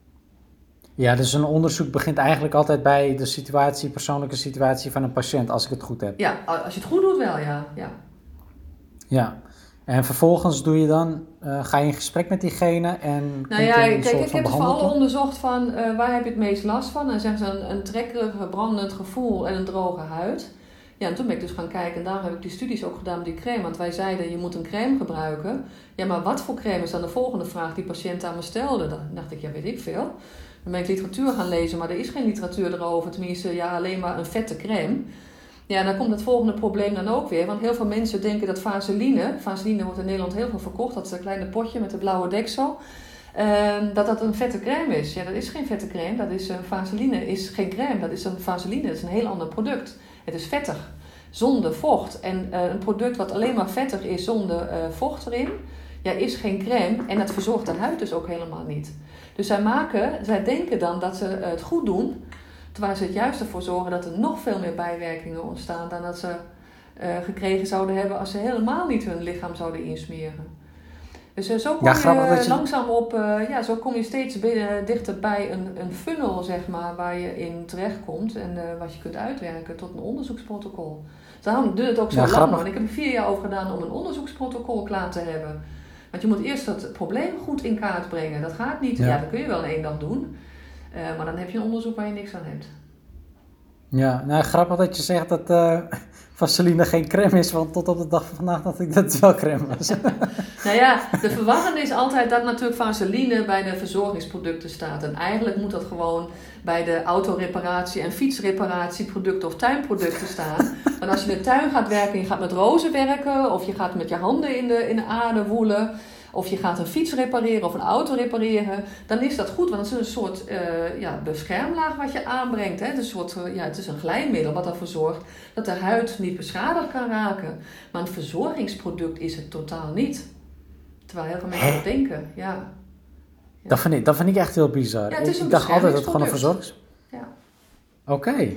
Ja, dus een onderzoek begint eigenlijk altijd bij de situatie, persoonlijke situatie van een patiënt, als ik het goed heb. Ja, als je het goed doet wel, ja. Ja, ja. En vervolgens doe je dan, uh, ga je in gesprek met diegene en... Nou ja, kijk, ik heb vooral onderzocht van uh, waar heb je het meest last van. En zeggen ze een, een trekkerig, brandend gevoel en een droge huid. Ja, en toen ben ik dus gaan kijken en daarom heb ik die studies ook gedaan met die crème. Want wij zeiden, je moet een crème gebruiken. Ja, maar wat voor crème is dan de volgende vraag die patiënt aan me stelde? Dan dacht ik, ja, weet ik veel. Dan ben ik literatuur gaan lezen, maar er is geen literatuur erover. Tenminste, ja, alleen maar een vette crème. Ja, dan komt het volgende probleem dan ook weer. Want heel veel mensen denken dat vaseline... Vaseline wordt in Nederland heel veel verkocht. Dat is een kleine potje met de blauwe deksel. Uh, dat dat een vette crème is. Ja, dat is geen vette crème. Dat is, uh, vaseline is geen crème. Dat is een vaseline. Dat is een heel ander product. Het is vettig. Zonder vocht. En uh, een product wat alleen maar vettig is zonder uh, vocht erin... Ja, is geen crème. En dat verzorgt de huid dus ook helemaal niet. Dus zij maken... Zij denken dan dat ze uh, het goed doen... Terwijl ze het juist ervoor zorgen dat er nog veel meer bijwerkingen ontstaan dan dat ze uh, gekregen zouden hebben als ze helemaal niet hun lichaam zouden insmeren. Dus uh, zo kom ja, je uh, je langzaam op, uh, ja, zo kom je steeds binnen, dichter bij een, een funnel, zeg maar, waar je in terechtkomt en uh, wat je kunt uitwerken tot een onderzoeksprotocol. Daarom duurt het ook zo ja, lang, want ik heb er vier jaar over gedaan om een onderzoeksprotocol klaar te hebben. Want je moet eerst het probleem goed in kaart brengen. Dat gaat niet, ja, ja dat kun je wel in één dag doen. Uh, maar dan heb je een onderzoek waar je niks aan hebt. Ja, nou grappig dat je zegt dat uh, vaseline geen crème is, want tot op de dag van vandaag dacht ik dat het wel crème was. Nou ja, de verwarring is altijd dat natuurlijk vaseline bij de verzorgingsproducten staat. En eigenlijk moet dat gewoon bij de autoreparatie en fietsreparatieproducten of tuinproducten staan. Want als je in de tuin gaat werken, je gaat met rozen werken of je gaat met je handen in de, in de aarde woelen... Of je gaat een fiets repareren of een auto repareren, dan is dat goed. Want het is een soort uh, ja, beschermlaag wat je aanbrengt. Hè. Het, is een soort, uh, ja, het is een glijmiddel wat ervoor zorgt dat de huid niet beschadigd kan raken. Maar een verzorgingsproduct is het totaal niet. Terwijl heel veel mensen dat denken. Ja. Ja. Dat, vind ik, dat vind ik echt heel bizar. Ja, het is een ik dacht altijd dat het gewoon een verzorgings... Ja. Oké. Okay.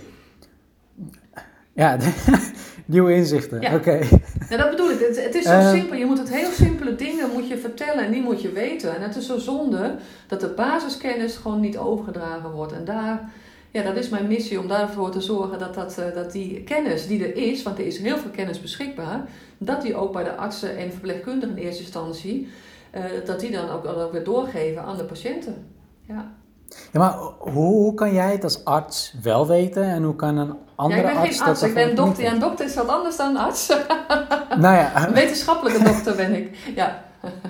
Ja, nieuwe inzichten. Ja. Oké. Okay. Ja, dat bedoel ik. Het, het is zo uh, simpel. Je moet het heel simpele dingen moet je vertellen en die moet je weten. En het is zo zonde dat de basiskennis gewoon niet overgedragen wordt. En daar, ja, dat is mijn missie om daarvoor te zorgen dat, dat, dat die kennis die er is, want er is heel veel kennis beschikbaar, dat die ook bij de artsen en verpleegkundigen in eerste instantie, uh, dat die dan ook, ook weer doorgeven aan de patiënten. Ja. Ja, maar hoe, hoe kan jij het als arts wel weten en hoe kan een andere arts... Ja, ik ben geen arts, ik ben een dokter. Ja, een dokter is wat anders dan een arts. Nou ja. Een wetenschappelijke dokter ben ik, ja.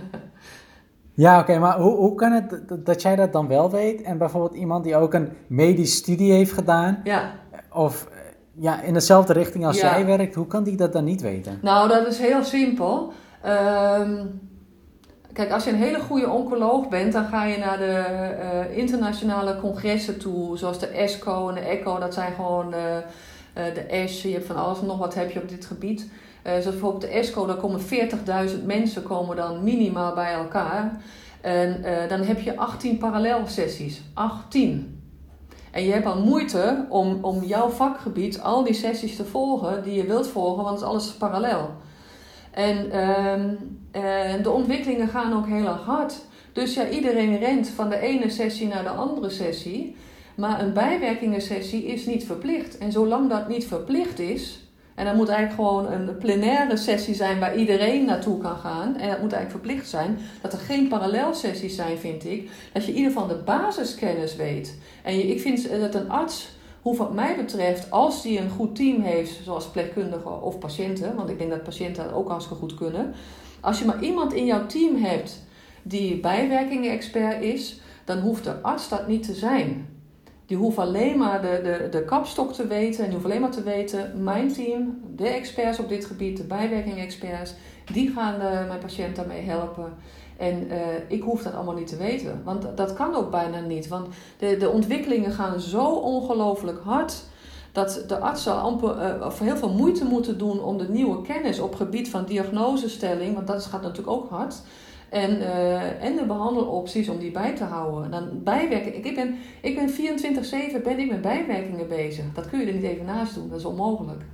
Ja, oké, okay, maar hoe, hoe kan het dat jij dat dan wel weet en bijvoorbeeld iemand die ook een medische studie heeft gedaan... Ja. Of ja, in dezelfde richting als ja. jij werkt, hoe kan die dat dan niet weten? Nou, dat is heel simpel. Um, Kijk, als je een hele goede oncoloog bent, dan ga je naar de uh, internationale congressen toe, zoals de ESCO en de ECCO. Dat zijn gewoon uh, uh, de A S H, je hebt van alles en nog wat heb je op dit gebied. Uh, zoals bijvoorbeeld de ESCO, daar komen veertigduizend mensen komen dan minimaal bij elkaar. En uh, dan heb je achttien parallelsessies. achttien. En je hebt al moeite om, om jouw vakgebied, al die sessies te volgen die je wilt volgen, want het is alles parallel. En um, uh, de ontwikkelingen gaan ook heel erg hard. Dus ja, iedereen rent van de ene sessie naar de andere sessie. Maar een bijwerkingensessie is niet verplicht. En zolang dat niet verplicht is... En dat moet eigenlijk gewoon een plenaire sessie zijn waar iedereen naartoe kan gaan. En dat moet eigenlijk verplicht zijn. Dat er geen parallelsessies zijn, vind ik. Dat je in ieder geval de basiskennis weet. En je, ik vind dat een arts... Hoe wat mij betreft, als die een goed team heeft, zoals verpleegkundigen of patiënten, want ik denk dat patiënten dat ook hartstikke goed kunnen. Als je maar iemand in jouw team hebt die bijwerkingen-expert is, dan hoeft de arts dat niet te zijn. Die hoeft alleen maar de, de, de kapstok te weten en die hoeft alleen maar te weten, mijn team, de experts op dit gebied, de bijwerking-experts, die gaan uh, mijn patiënt daarmee helpen. En uh, ik hoef dat allemaal niet te weten. Want dat kan ook bijna niet. Want de, de ontwikkelingen gaan zo ongelooflijk hard... dat de artsen amper, uh, of heel veel moeite moeten doen... om de nieuwe kennis op gebied van diagnosestelling... want dat gaat natuurlijk ook hard... en, uh, en de behandelopties om die bij te houden. Dan bijwerken. Ik ben, ik ben vierentwintig zeven ben ik met bijwerkingen bezig. Dat kun je er niet even naast doen. Dat is onmogelijk.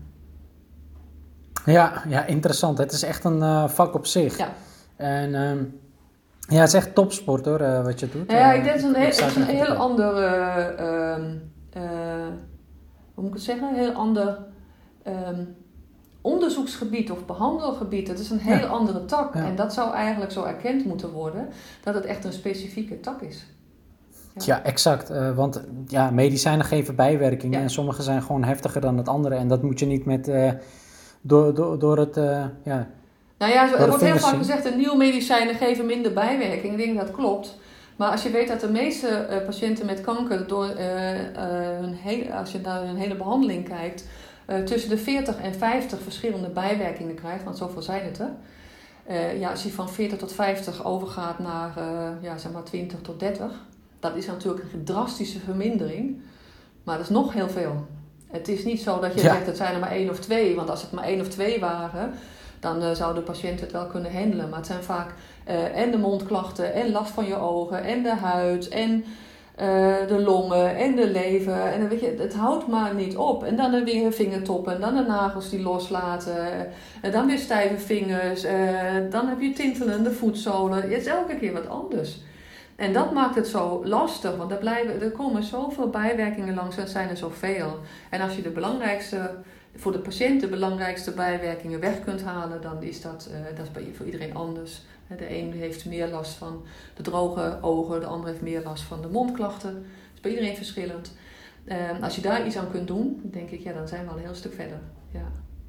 Ja, ja interessant. Het is echt een uh, vak op zich. Ja. En... Um... Ja, het is echt topsport hoor, uh, wat je doet. Ja, ik denk dat het is een heel, heel ander, uh, uh, hoe moet ik het zeggen, een heel ander um, onderzoeksgebied of behandelgebied. Het is een heel ja. andere tak ja. en dat zou eigenlijk zo erkend moeten worden, dat het echt een specifieke tak is. Ja, ja exact, uh, want ja, medicijnen geven bijwerkingen ja. en sommige zijn gewoon heftiger dan het andere en dat moet je niet met, uh, door, door, door het, uh, ja... Nou ja, er wordt heel vaak gezegd, de nieuwe medicijnen geven minder bijwerking. Ik denk dat klopt. Maar als je weet dat de meeste uh, patiënten met kanker, door, uh, uh, hun hele, als je naar hun hele behandeling kijkt, uh, tussen de veertig en vijftig verschillende bijwerkingen krijgt, want zoveel zijn het er. Uh, ja, als je van veertig tot vijftig overgaat naar uh, ja, zeg maar twintig tot dertig, dat is natuurlijk een drastische vermindering, maar dat is nog heel veel. Het is niet zo dat je ja. zegt, het zijn er maar één of twee, want als het maar één of twee waren, dan uh, zou de patiënt het wel kunnen handelen. Maar het zijn vaak uh, en de mondklachten, en last van je ogen, en de huid, en uh, de longen, en de lever. En dan weet je, het houdt maar niet op. En dan weer vingertoppen, en dan de nagels die loslaten, en dan weer stijve vingers, uh, dan heb je tintelende voetzolen. Het is elke keer wat anders. En dat maakt het zo lastig, want er, blijven, er komen zoveel bijwerkingen langs, er zijn er zoveel. En als je de belangrijkste, voor de patiënt de belangrijkste bijwerkingen weg kunt halen, dan is dat, uh, dat is bij, voor iedereen anders. De een heeft meer last van de droge ogen, de ander heeft meer last van de mondklachten. Dat is bij iedereen verschillend. Uh, als je daar iets aan kunt doen, denk ik, ja, dan zijn we al een heel stuk verder. Ja,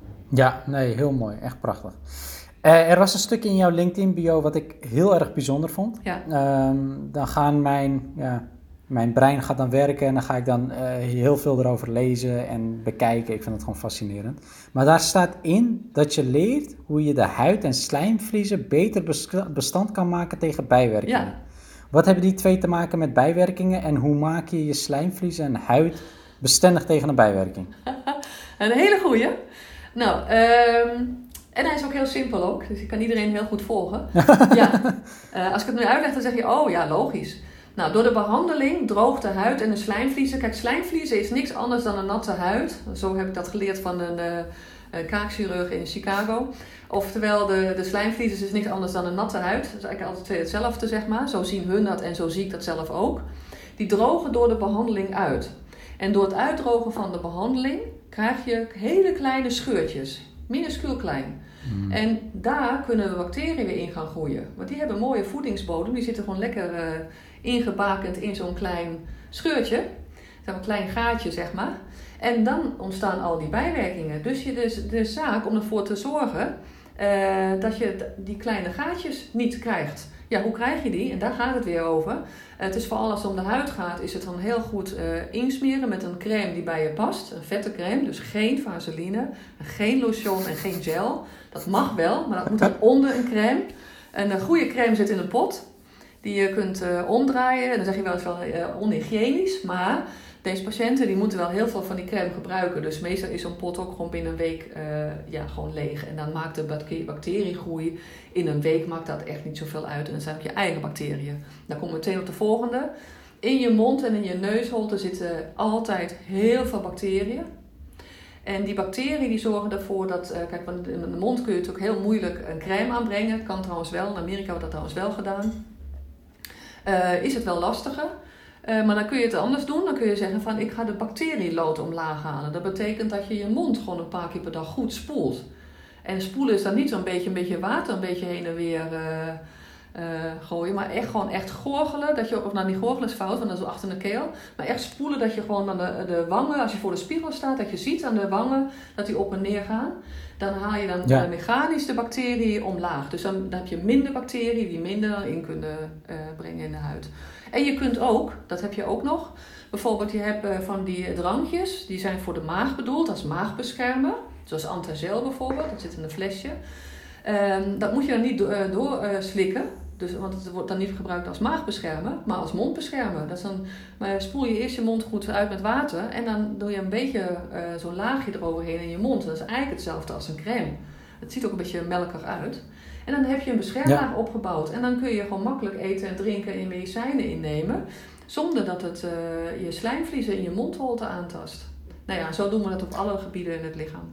ja nee, heel mooi. Echt prachtig. Uh, er was een stukje in jouw LinkedIn-bio wat ik heel erg bijzonder vond. Ja. Um, dan gaan mijn, ja, mijn brein gaat dan werken en dan ga ik dan uh, heel veel erover lezen en bekijken. Ik vind het gewoon fascinerend. Maar daar staat in dat je leert hoe je de huid- en slijmvliezen beter bestand kan maken tegen bijwerkingen. Ja. Wat hebben die twee te maken met bijwerkingen en hoe maak je je slijmvliezen en huid bestendig tegen een bijwerking? Een hele goeie. Nou, um... En hij is ook heel simpel ook, dus je kan iedereen heel goed volgen. Ja. Uh, als ik het nu uitleg, dan zeg je, oh ja, logisch. Nou, door de behandeling droogt de huid en de slijmvliezen. Kijk, slijmvliezen is niks anders dan een natte huid. Zo heb ik dat geleerd van een uh, kaakchirurg in Chicago. Oftewel, de, de slijmvliezen is niks anders dan een natte huid. Dat is eigenlijk altijd twee hetzelfde, zeg maar. Zo zien hun dat en zo zie ik dat zelf ook. Die drogen door de behandeling uit. En door het uitdrogen van de behandeling krijg je hele kleine scheurtjes. Minuscuul klein. Mm. En daar kunnen bacteriën weer in gaan groeien. Want die hebben een mooie voedingsbodem. Die zitten gewoon lekker uh, ingebakend in zo'n klein scheurtje. Een klein gaatje, zeg maar. En dan ontstaan al die bijwerkingen. Dus je de, de zaak om ervoor te zorgen uh, dat je die kleine gaatjes niet krijgt. Ja, hoe krijg je die? En daar gaat het weer over. Uh, het is vooral als het om de huid gaat, is het dan heel goed uh, insmeren met een crème die bij je past. Een vette crème, dus geen vaseline, geen lotion en geen gel. Dat mag wel, maar dat moet dan onder een crème. En een goede crème zit in een pot die je kunt uh, omdraaien. En dan zeg je wel eens wel uh, onhygiënisch, maar deze patiënten die moeten wel heel veel van die crème gebruiken. Dus meestal is zo'n pot ook gewoon binnen een week uh, ja, gewoon leeg. En dan maakt de bacteriegroei in een week maakt dat echt niet zoveel uit. En dan zijn het je eigen bacteriën. Dan komen we meteen op de volgende. In je mond en in je neusholte zitten altijd heel veel bacteriën. En die bacteriën die zorgen ervoor dat, uh, kijk, in de mond kun je natuurlijk heel moeilijk een crème aanbrengen. Dat kan trouwens wel, in Amerika wordt dat trouwens wel gedaan. Uh, is het wel lastiger. Uh, maar dan kun je het anders doen. Dan kun je zeggen van ik ga de bacterielood omlaag halen. Dat betekent dat je je mond gewoon een paar keer per dag goed spoelt. En spoelen is dan niet zo'n beetje een beetje water een beetje heen en weer uh, uh, gooien. Maar echt gewoon echt gorgelen. Dat je, of nou niet gorgelen is fout, want dat is achter de keel. Maar echt spoelen dat je gewoon dan de, de wangen, als je voor de spiegel staat, dat je ziet aan de wangen dat die op en neer gaan. Dan haal je dan ja. uh, mechanisch de bacteriën omlaag. Dus dan, dan heb je minder bacteriën die minder dan in kunnen uh, brengen in de huid. En je kunt ook, dat heb je ook nog, bijvoorbeeld je hebt uh, van die drankjes, die zijn voor de maag bedoeld als maagbeschermer. Zoals Antazel bijvoorbeeld, dat zit in een flesje. Um, dat moet je dan niet do- uh, door uh, slikken, dus, want het wordt dan niet gebruikt als maagbeschermer, maar als mondbeschermer. Dat is dan, maar spoel je eerst je mond goed uit met water en dan doe je een beetje uh, zo'n laagje eroverheen in je mond. Dat is eigenlijk hetzelfde als een crème. Het ziet ook een beetje melkig uit. En dan heb je een beschermlaag ja. opgebouwd. En dan kun je gewoon makkelijk eten en drinken en medicijnen innemen. Zonder dat het uh, je slijmvliezen in je mondholte aantast. Nou ja, zo doen we dat op alle gebieden in het lichaam.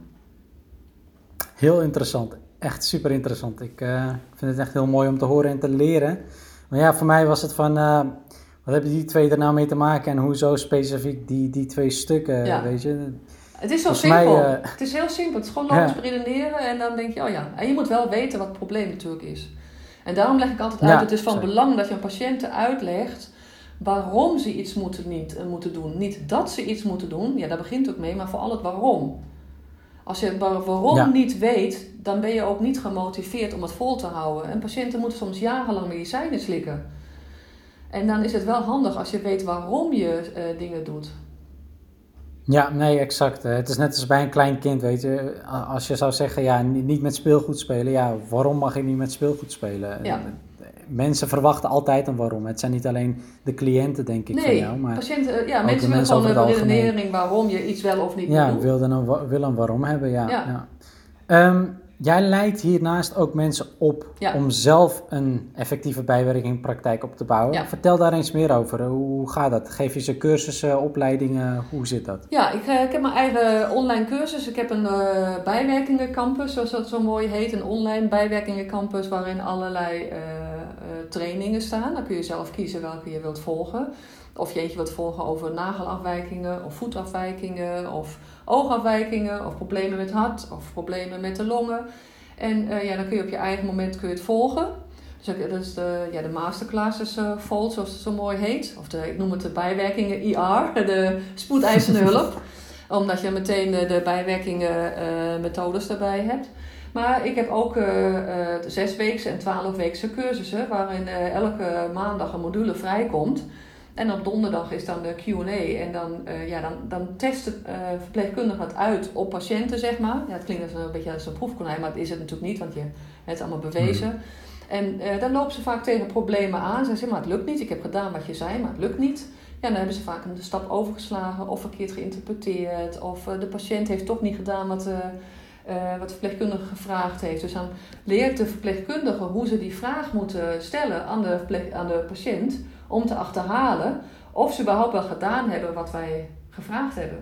Heel interessant. Echt super interessant. Ik uh, vind het echt heel mooi om te horen en te leren. Maar ja, voor mij was het van... Uh, wat hebben die twee er nou mee te maken? En hoezo specifiek die, die twee stukken, ja. weet je... Het is zo Volgens simpel. Mij, uh, het is heel simpel. Het is gewoon logisch ja. redeneren en dan denk je, oh ja. En je moet wel weten wat het probleem natuurlijk is. En daarom leg ik altijd uit, ja, het is van sorry. belang dat je aan patiënten uitlegt waarom ze iets moeten, niet, uh, moeten doen. Niet dat ze iets moeten doen, ja daar begint het ook mee, maar vooral het waarom. Als je waar, waarom ja. niet weet, dan ben je ook niet gemotiveerd om het vol te houden. En patiënten moeten soms jarenlang medicijnen slikken. En dan is het wel handig als je weet waarom je uh, dingen doet. Ja, nee, exact. Het is net als bij een klein kind, weet je. Als je zou zeggen, ja, niet met speelgoed spelen. Ja, waarom mag ik niet met speelgoed spelen? Ja. Mensen verwachten altijd een waarom. Het zijn niet alleen de cliënten, denk ik, nee, van jou. Maar patiënten, ja, mensen willen gewoon een redenering waarom je iets wel of niet ja, moet doen. Ja, willen een, willen een waarom hebben, ja. ja. ja. Um, jij leidt hiernaast ook mensen op ja. om zelf een effectieve bijwerkingpraktijk op te bouwen. Ja. Vertel daar eens meer over. Hoe gaat dat? Geef je ze cursussen, opleidingen? Hoe zit dat? Ja, ik, ik heb mijn eigen online cursus. Ik heb een uh, bijwerkingencampus, zoals dat zo mooi heet. Een online bijwerkingencampus waarin allerlei uh, uh, trainingen staan. Dan kun je zelf kiezen welke je wilt volgen. Of je eentje wilt volgen over nagelafwijkingen of voetafwijkingen of oogafwijkingen of problemen met hart of problemen met de longen. En uh, ja, dan kun je op je eigen moment kun je het volgen. Dus dat is de, ja, de masterclasses uh, Volt, zoals het zo mooi heet. Of de, ik noem het de bijwerkingen I R, de spoedeisende hulp. Omdat je meteen de, de bijwerkingen uh, methodes daarbij hebt. Maar ik heb ook uh, uh, zesweekse en twaalfweekse cursussen waarin uh, elke maandag een module vrijkomt. En op donderdag is dan de Q en A en dan, uh, ja, dan, dan test de uh, verpleegkundige het uit op patiënten, zeg maar. Ja, het klinkt als een beetje als een proefkonijn, maar dat is het natuurlijk niet, want je hebt het allemaal bewezen. Mm. En uh, dan lopen ze vaak tegen problemen aan. Ze zeggen, maar het lukt niet, ik heb gedaan wat je zei, maar het lukt niet. Ja, dan hebben ze vaak een stap overgeslagen of verkeerd geïnterpreteerd. Of uh, de patiënt heeft toch niet gedaan wat, uh, uh, wat de verpleegkundige gevraagd heeft. Dus dan leert de verpleegkundige hoe ze die vraag moeten stellen aan de, verpleeg- aan de patiënt, om te achterhalen of ze überhaupt wel gedaan hebben wat wij gevraagd hebben.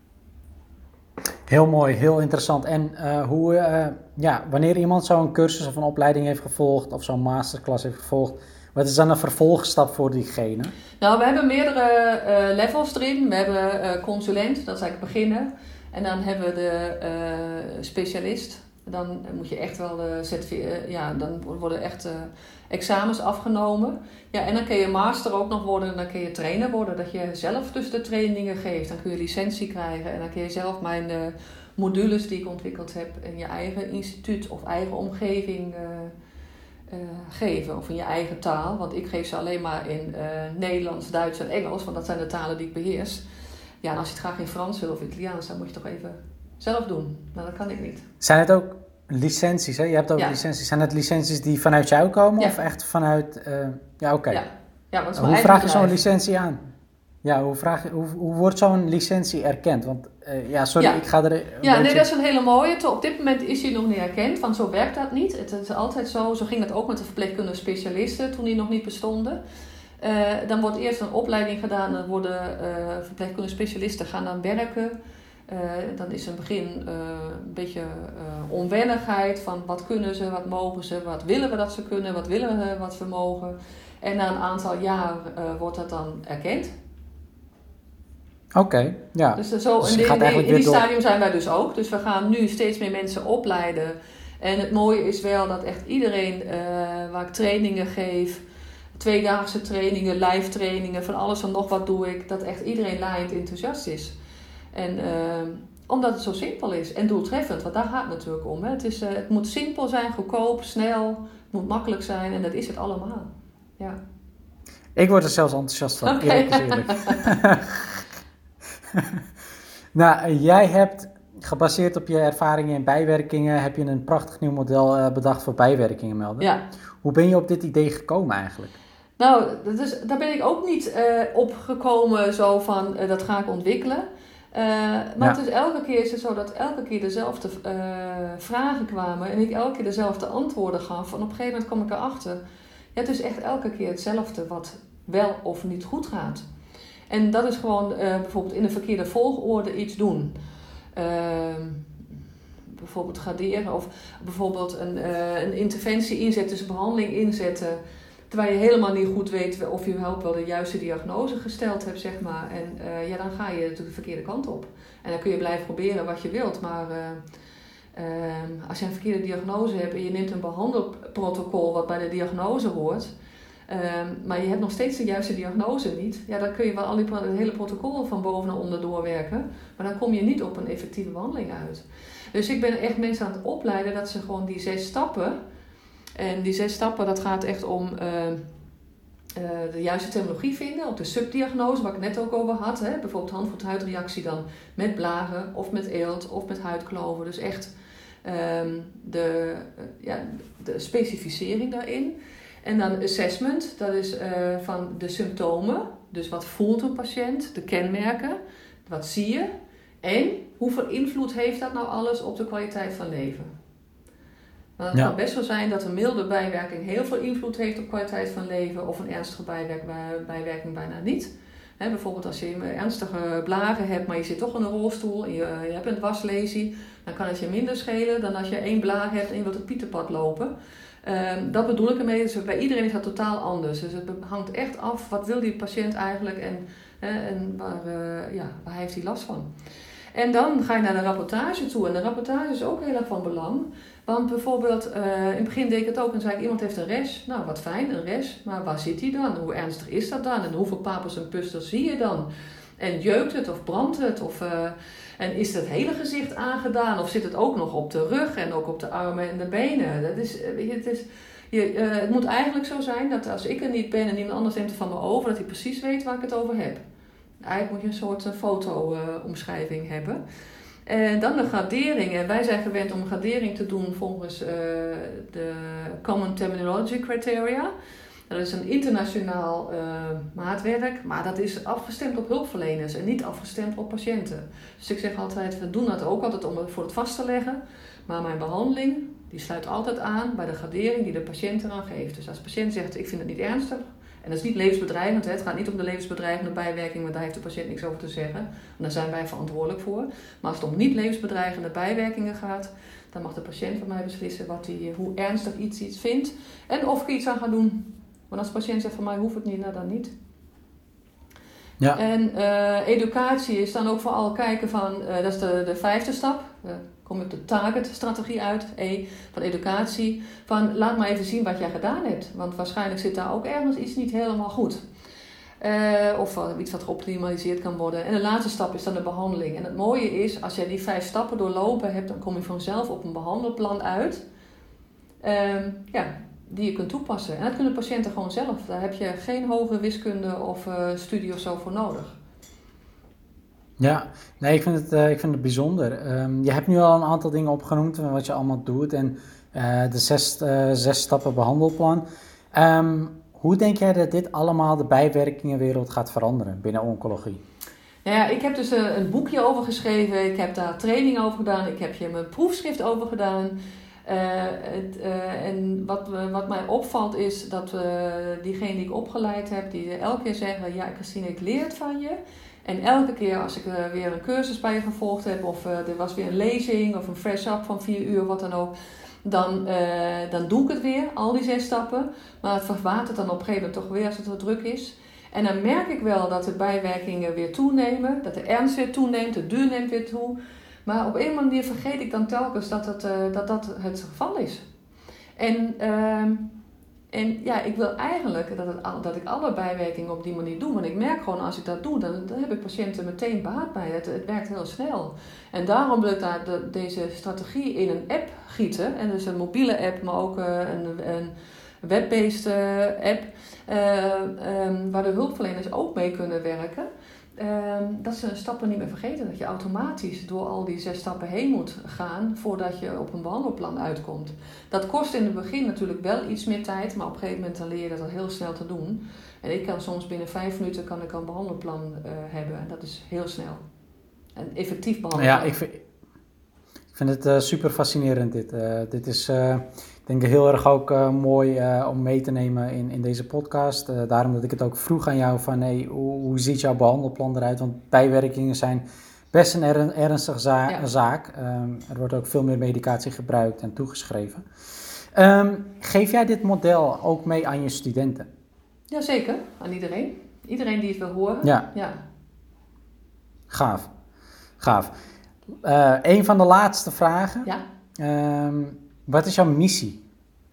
Heel mooi, heel interessant. En uh, hoe, uh, ja, wanneer iemand zo'n cursus of een opleiding heeft gevolgd of zo'n masterclass heeft gevolgd, wat is dan een vervolgstap voor diegene? Nou, we hebben meerdere uh, levels erin. We hebben uh, consulent, dat is eigenlijk beginnen. En dan hebben we de uh, specialist. Dan moet je echt wel de certificaat, ja, dan worden echt uh, examens afgenomen. Ja, en dan kun je master ook nog worden en dan kun je trainer worden. Dat je zelf dus de trainingen geeft. Dan kun je licentie krijgen en dan kun je zelf mijn uh, modules die ik ontwikkeld heb in je eigen instituut of eigen omgeving uh, uh, geven. Of in je eigen taal. Want ik geef ze alleen maar in uh, Nederlands, Duits en Engels. Want dat zijn de talen die ik beheers. Ja, en als je het graag in Frans wil of Italiaans, dan moet je toch even zelf doen. Nou, dat kan ik niet. Zijn het ook licenties, hè? Je hebt ook ja. licenties. Zijn het licenties die vanuit jou komen ja. of echt vanuit... Uh, ja, oké. Okay. Ja. Ja, want hoe vraag je zo'n licentie aan? Ja, hoe, vraag je, hoe, hoe wordt zo'n licentie erkend? Want, uh, ja, sorry, ja. ik ga er een Ja, beetje... nee, dat is een hele mooie. Op dit moment is hij nog niet erkend, want zo werkt dat niet. Het is altijd zo. Zo ging het ook met de verpleegkundige specialisten toen die nog niet bestonden. Uh, dan wordt eerst een opleiding gedaan. Dan worden uh, verpleegkundige specialisten gaan dan werken. Uh, dan is een begin uh, een beetje uh, onwennigheid van wat kunnen ze, wat mogen ze, wat willen we dat ze kunnen, wat willen we wat we mogen. En na een aantal jaar uh, wordt dat dan erkend. Oké, okay, ja. Dus, zo, dus in, die, in, in die stadium zijn wij dus ook. Dus we gaan nu steeds meer mensen opleiden. En het mooie is wel dat echt iedereen uh, waar ik trainingen geef, tweedaagse trainingen, live trainingen, van alles en nog wat doe ik, dat echt iedereen laaiend enthousiast is. En uh, omdat het zo simpel is en doeltreffend, want daar gaat het natuurlijk om. Hè. Het, is, uh, het moet simpel zijn, goedkoop, snel, het moet makkelijk zijn en dat is het allemaal. Ja. Ik word er zelfs enthousiast van, okay. eerlijk is eerlijk. Nou, jij hebt gebaseerd op je ervaringen in bijwerkingen, heb je een prachtig nieuw model uh, bedacht voor bijwerkingen melden. Ja. Hoe ben je op dit idee gekomen eigenlijk? Nou, dat is, daar ben ik ook niet uh, op gekomen zo van, uh, dat ga ik ontwikkelen. Uh, maar ja. Het is elke keer is het zo dat elke keer dezelfde uh, vragen kwamen en ik elke keer dezelfde antwoorden gaf. En op een gegeven moment kom ik erachter, ja, het is echt elke keer hetzelfde wat wel of niet goed gaat. En dat is gewoon uh, bijvoorbeeld in de verkeerde volgorde iets doen. Uh, bijvoorbeeld graderen of bijvoorbeeld een, uh, een interventie inzetten, dus een behandeling inzetten. Terwijl je helemaal niet goed weet of je überhaupt wel de juiste diagnose gesteld hebt, zeg maar. En uh, ja, dan ga je natuurlijk de verkeerde kant op. En dan kun je blijven proberen wat je wilt. Maar uh, uh, als je een verkeerde diagnose hebt en je neemt een behandelprotocol wat bij de diagnose hoort, uh, maar je hebt nog steeds de juiste diagnose niet, ja, dan kun je wel al die, het hele protocol van boven naar onder doorwerken. Maar dan kom je niet op een effectieve behandeling uit. Dus ik ben echt mensen aan het opleiden dat ze gewoon die zes stappen... En die zes stappen, dat gaat echt om uh, uh, de juiste terminologie vinden op de subdiagnose, waar ik het net ook over had. Hè? Bijvoorbeeld hand-voet-huidreactie dan met blagen of met eelt of met huidkloven. Dus echt um, de, uh, ja, de specificering daarin. En dan assessment, dat is uh, van de symptomen. Dus wat voelt een patiënt, de kenmerken, wat zie je en hoeveel invloed heeft dat nou alles op de kwaliteit van leven. Maar het ja. kan best wel zijn dat een milde bijwerking heel veel invloed heeft op kwaliteit van leven of een ernstige bijwerk, bijwerking bijna niet. He, bijvoorbeeld als je ernstige blagen hebt, maar je zit toch in een rolstoel en je, je hebt een dwarslesie, dan kan het je minder schelen dan als je één blaag hebt en je wilt het pieterpad lopen. Um, dat bedoel ik ermee, dus bij iedereen is dat totaal anders. Dus het hangt echt af, wat wil die patiënt eigenlijk en, hè, en waar, uh, ja, waar heeft hij last van. En dan ga je naar de rapportage toe en de rapportage is ook heel erg van belang. Want bijvoorbeeld, uh, in het begin deed ik het ook en zei ik, iemand heeft een rash. Nou, wat fijn, een rash, maar waar zit die dan? Hoe ernstig is dat dan? En hoeveel papers en pustels zie je dan? En jeukt het of brandt het? Of, uh, en is het hele gezicht aangedaan? Of zit het ook nog op de rug en ook op de armen en de benen? Dat is, weet je, het, is, je, uh, het moet eigenlijk zo zijn dat als ik er niet ben en iemand anders neemt het van me over, dat hij precies weet waar ik het over heb. Eigenlijk moet je een soort uh, foto-omschrijving uh, hebben. En dan de gradering. En wij zijn gewend om een gradering te doen volgens uh, de Common Terminology Criteria. Dat is een internationaal uh, maatwerk, maar dat is afgestemd op hulpverleners en niet afgestemd op patiënten. Dus ik zeg altijd, we doen dat ook altijd om het voor het vast te leggen. Maar mijn behandeling, die sluit altijd aan bij de gradering die de patiënt eraan geeft. Dus als de patiënt zegt, ik vind het niet ernstig, en dat is niet levensbedreigend, hè. Het gaat niet om de levensbedreigende bijwerking, want daar heeft de patiënt niks over te zeggen. En daar zijn wij verantwoordelijk voor. Maar als het om niet levensbedreigende bijwerkingen gaat, dan mag de patiënt van mij beslissen wat die, hoe ernstig iets, iets vindt en of ik iets aan ga doen. Want als de patiënt zegt van mij hoeft het niet, nou dan niet. Ja. En uh, educatie is dan ook vooral kijken van, uh, dat is de, de vijfde stap. Uh, kom je op de target-strategie uit, E, van educatie. Van laat maar even zien wat jij gedaan hebt. Want waarschijnlijk zit daar ook ergens iets niet helemaal goed. Uh, of uh, iets wat geoptimaliseerd kan worden. En de laatste stap is dan de behandeling. En het mooie is, als jij die vijf stappen doorlopen hebt, dan kom je vanzelf op een behandelplan uit. Uh, ja, die je kunt toepassen. En dat kunnen patiënten gewoon zelf. Daar heb je geen hoge wiskunde of uh, studie of zo voor nodig. Ja, nee, ik vind het, uh, ik vind het bijzonder. Um, je hebt nu al een aantal dingen opgenoemd wat je allemaal doet en uh, de zes, uh, zes stappen behandelplan. Um, hoe denk jij dat dit allemaal de bijwerkingenwereld gaat veranderen binnen oncologie? Nou ja, ik heb dus een, een boekje over geschreven. Ik heb daar training over gedaan. Ik heb hier mijn proefschrift over gedaan. Uh, het, uh, en wat, wat mij opvalt is dat uh, diegenen die ik opgeleid heb, die elke keer zeggen, ja Christine, ik leer het van je. En elke keer als ik uh, weer een cursus bij je gevolgd heb, of uh, er was weer een lezing of een fresh up van vier uur, wat dan ook, dan, uh, dan doe ik het weer, al die zes stappen. Maar het verwatert dan op een gegeven moment toch weer als het wat druk is. En dan merk ik wel dat de bijwerkingen weer toenemen, dat de ernst weer toeneemt, de duur neemt weer toe. Maar op een manier vergeet ik dan telkens dat het, uh, dat, dat het geval is. En, uh, en ja, ik wil eigenlijk dat, het, dat ik alle bijwerkingen op die manier doe. Want ik merk gewoon, als ik dat doe, dan, dan heb ik patiënten meteen baat bij. Het, het werkt heel snel. En daarom wil ik daar de, deze strategie in een app gieten. En dus een mobiele app, maar ook uh, een, een web-based uh, app. Uh, um, waar de hulpverleners ook mee kunnen werken. Um, dat ze stappen niet meer vergeten. Dat je automatisch door al die zes stappen heen moet gaan voordat je op een behandelplan uitkomt. Dat kost in het begin natuurlijk wel iets meer tijd, maar op een gegeven moment dan leer je dat al heel snel te doen. En ik kan soms binnen vijf minuten kan ik een behandelplan uh, hebben en dat is heel snel. En effectief behandelplan. Ja, ik vind, ik vind het uh, super fascinerend dit. Uh, dit is... Uh... Ik denk heel erg ook uh, mooi uh, om mee te nemen in, in deze podcast. Uh, daarom dat ik het ook vroeg aan jou van hey, hoe, hoe ziet jouw behandelplan eruit? Want bijwerkingen zijn best een er, ernstige za- ja. zaak. Um, er wordt ook veel meer medicatie gebruikt en toegeschreven. Um, geef jij dit model ook mee aan je studenten? Jazeker, aan iedereen. Iedereen die het wil horen. Ja. ja. Gaaf. Gaaf. Uh, een van de laatste vragen. Ja. Um, Wat is jouw missie?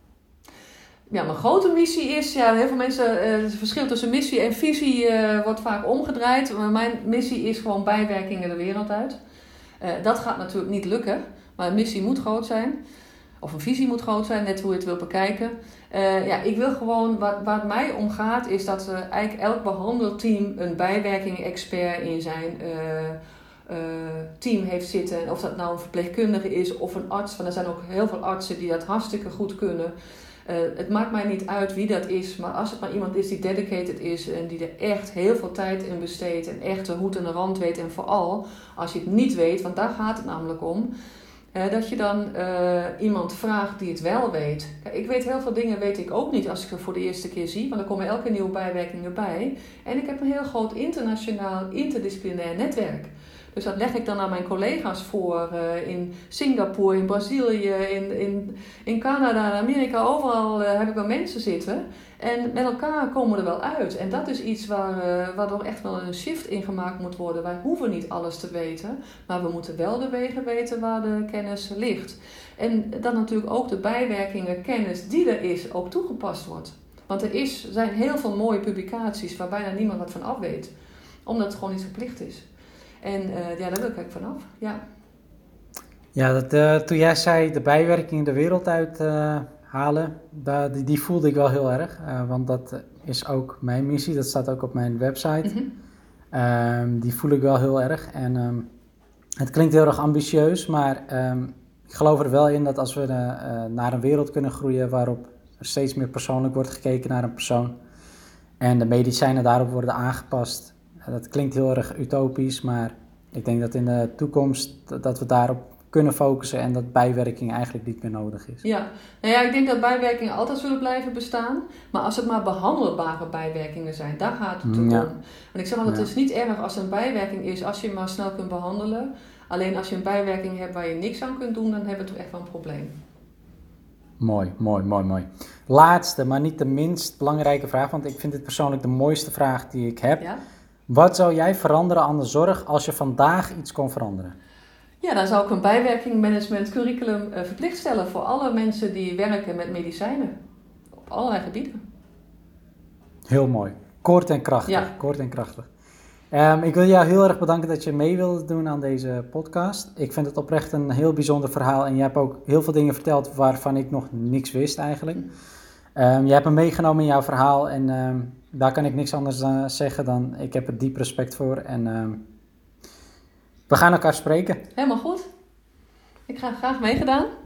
Ja, mijn grote missie is, ja, heel veel mensen, uh, het verschil tussen missie en visie uh, wordt vaak omgedraaid. Maar mijn missie is gewoon bijwerkingen de wereld uit. Uh, dat gaat natuurlijk niet lukken, maar de missie moet groot zijn. Of een visie moet groot zijn, net hoe je het wil bekijken. Uh, ja, ik wil gewoon, wat, wat mij omgaat, is dat uh, eigenlijk elk behandelteam een bijwerking-expert in zijn uh, uh, team heeft zitten. En of dat nou een verpleegkundige is of een arts, want er zijn ook heel veel artsen die dat hartstikke goed kunnen. Uh, het maakt mij niet uit wie dat is, maar als het maar iemand is die dedicated is en die er echt heel veel tijd in besteedt en echt de hoed en de rand weet. En vooral, als je het niet weet, want daar gaat het namelijk om, uh, dat je dan uh, iemand vraagt die het wel weet. Kijk, ik weet heel veel dingen, weet ik ook niet als ik ze voor de eerste keer zie, want er komen elke nieuwe bijwerkingen bij. En ik heb een heel groot internationaal, interdisciplinair netwerk. Dus dat leg ik dan aan mijn collega's voor uh, in Singapore, in Brazilië, in, in, in Canada, in Amerika. Overal uh, heb ik wel mensen zitten. En met elkaar komen we er wel uit. En dat is iets waar, uh, waardoor echt wel een shift in gemaakt moet worden. Wij hoeven niet alles te weten, maar we moeten wel de wegen weten waar de kennis ligt. En dan natuurlijk ook de bijwerkingen, kennis die er is, ook toegepast wordt. Want er is, zijn heel veel mooie publicaties waar bijna niemand wat van af weet. Omdat het gewoon niet verplicht is. En uh, ja, daar wil ik eigenlijk vanaf, ja. Ja, dat, uh, toen jij zei de bijwerkingen de wereld uit uh, halen, da, die, die voelde ik wel heel erg. Uh, want dat is ook mijn missie, dat staat ook op mijn website. Mm-hmm. Um, die voel ik wel heel erg. En um, het klinkt heel erg ambitieus, maar um, ik geloof er wel in dat als we uh, uh, naar een wereld kunnen groeien waarop er steeds meer persoonlijk wordt gekeken naar een persoon en de medicijnen daarop worden aangepast. Dat klinkt heel erg utopisch, maar ik denk dat in de toekomst dat we daarop kunnen focussen en dat bijwerking eigenlijk niet meer nodig is. Ja, nou ja, ik denk dat bijwerkingen altijd zullen blijven bestaan, maar als het maar behandelbare bijwerkingen zijn, daar gaat het ja. om. En ik zeg altijd, ja. Het is niet erg als er een bijwerking is, als je hem maar snel kunt behandelen. Alleen als je een bijwerking hebt waar je niks aan kunt doen, dan hebben we toch echt wel een probleem. Mooi, mooi, mooi, mooi. Laatste, maar niet de minst belangrijke vraag, want ik vind dit persoonlijk de mooiste vraag die ik heb. Ja? Wat zou jij veranderen aan de zorg als je vandaag iets kon veranderen? Ja, dan zou ik een bijwerkingmanagement curriculum uh, verplicht stellen voor alle mensen die werken met medicijnen. Op allerlei gebieden. Heel mooi. Kort en krachtig. Ja. Kort en krachtig. Um, ik wil jou heel erg bedanken dat je mee wilde doen aan deze podcast. Ik vind het oprecht een heel bijzonder verhaal en je hebt ook heel veel dingen verteld waarvan ik nog niks wist eigenlijk. Um, je hebt me meegenomen in jouw verhaal en um, daar kan ik niks anders dan zeggen dan ik heb er diep respect voor en um, we gaan elkaar spreken. Helemaal goed. Ik ga graag meegedaan.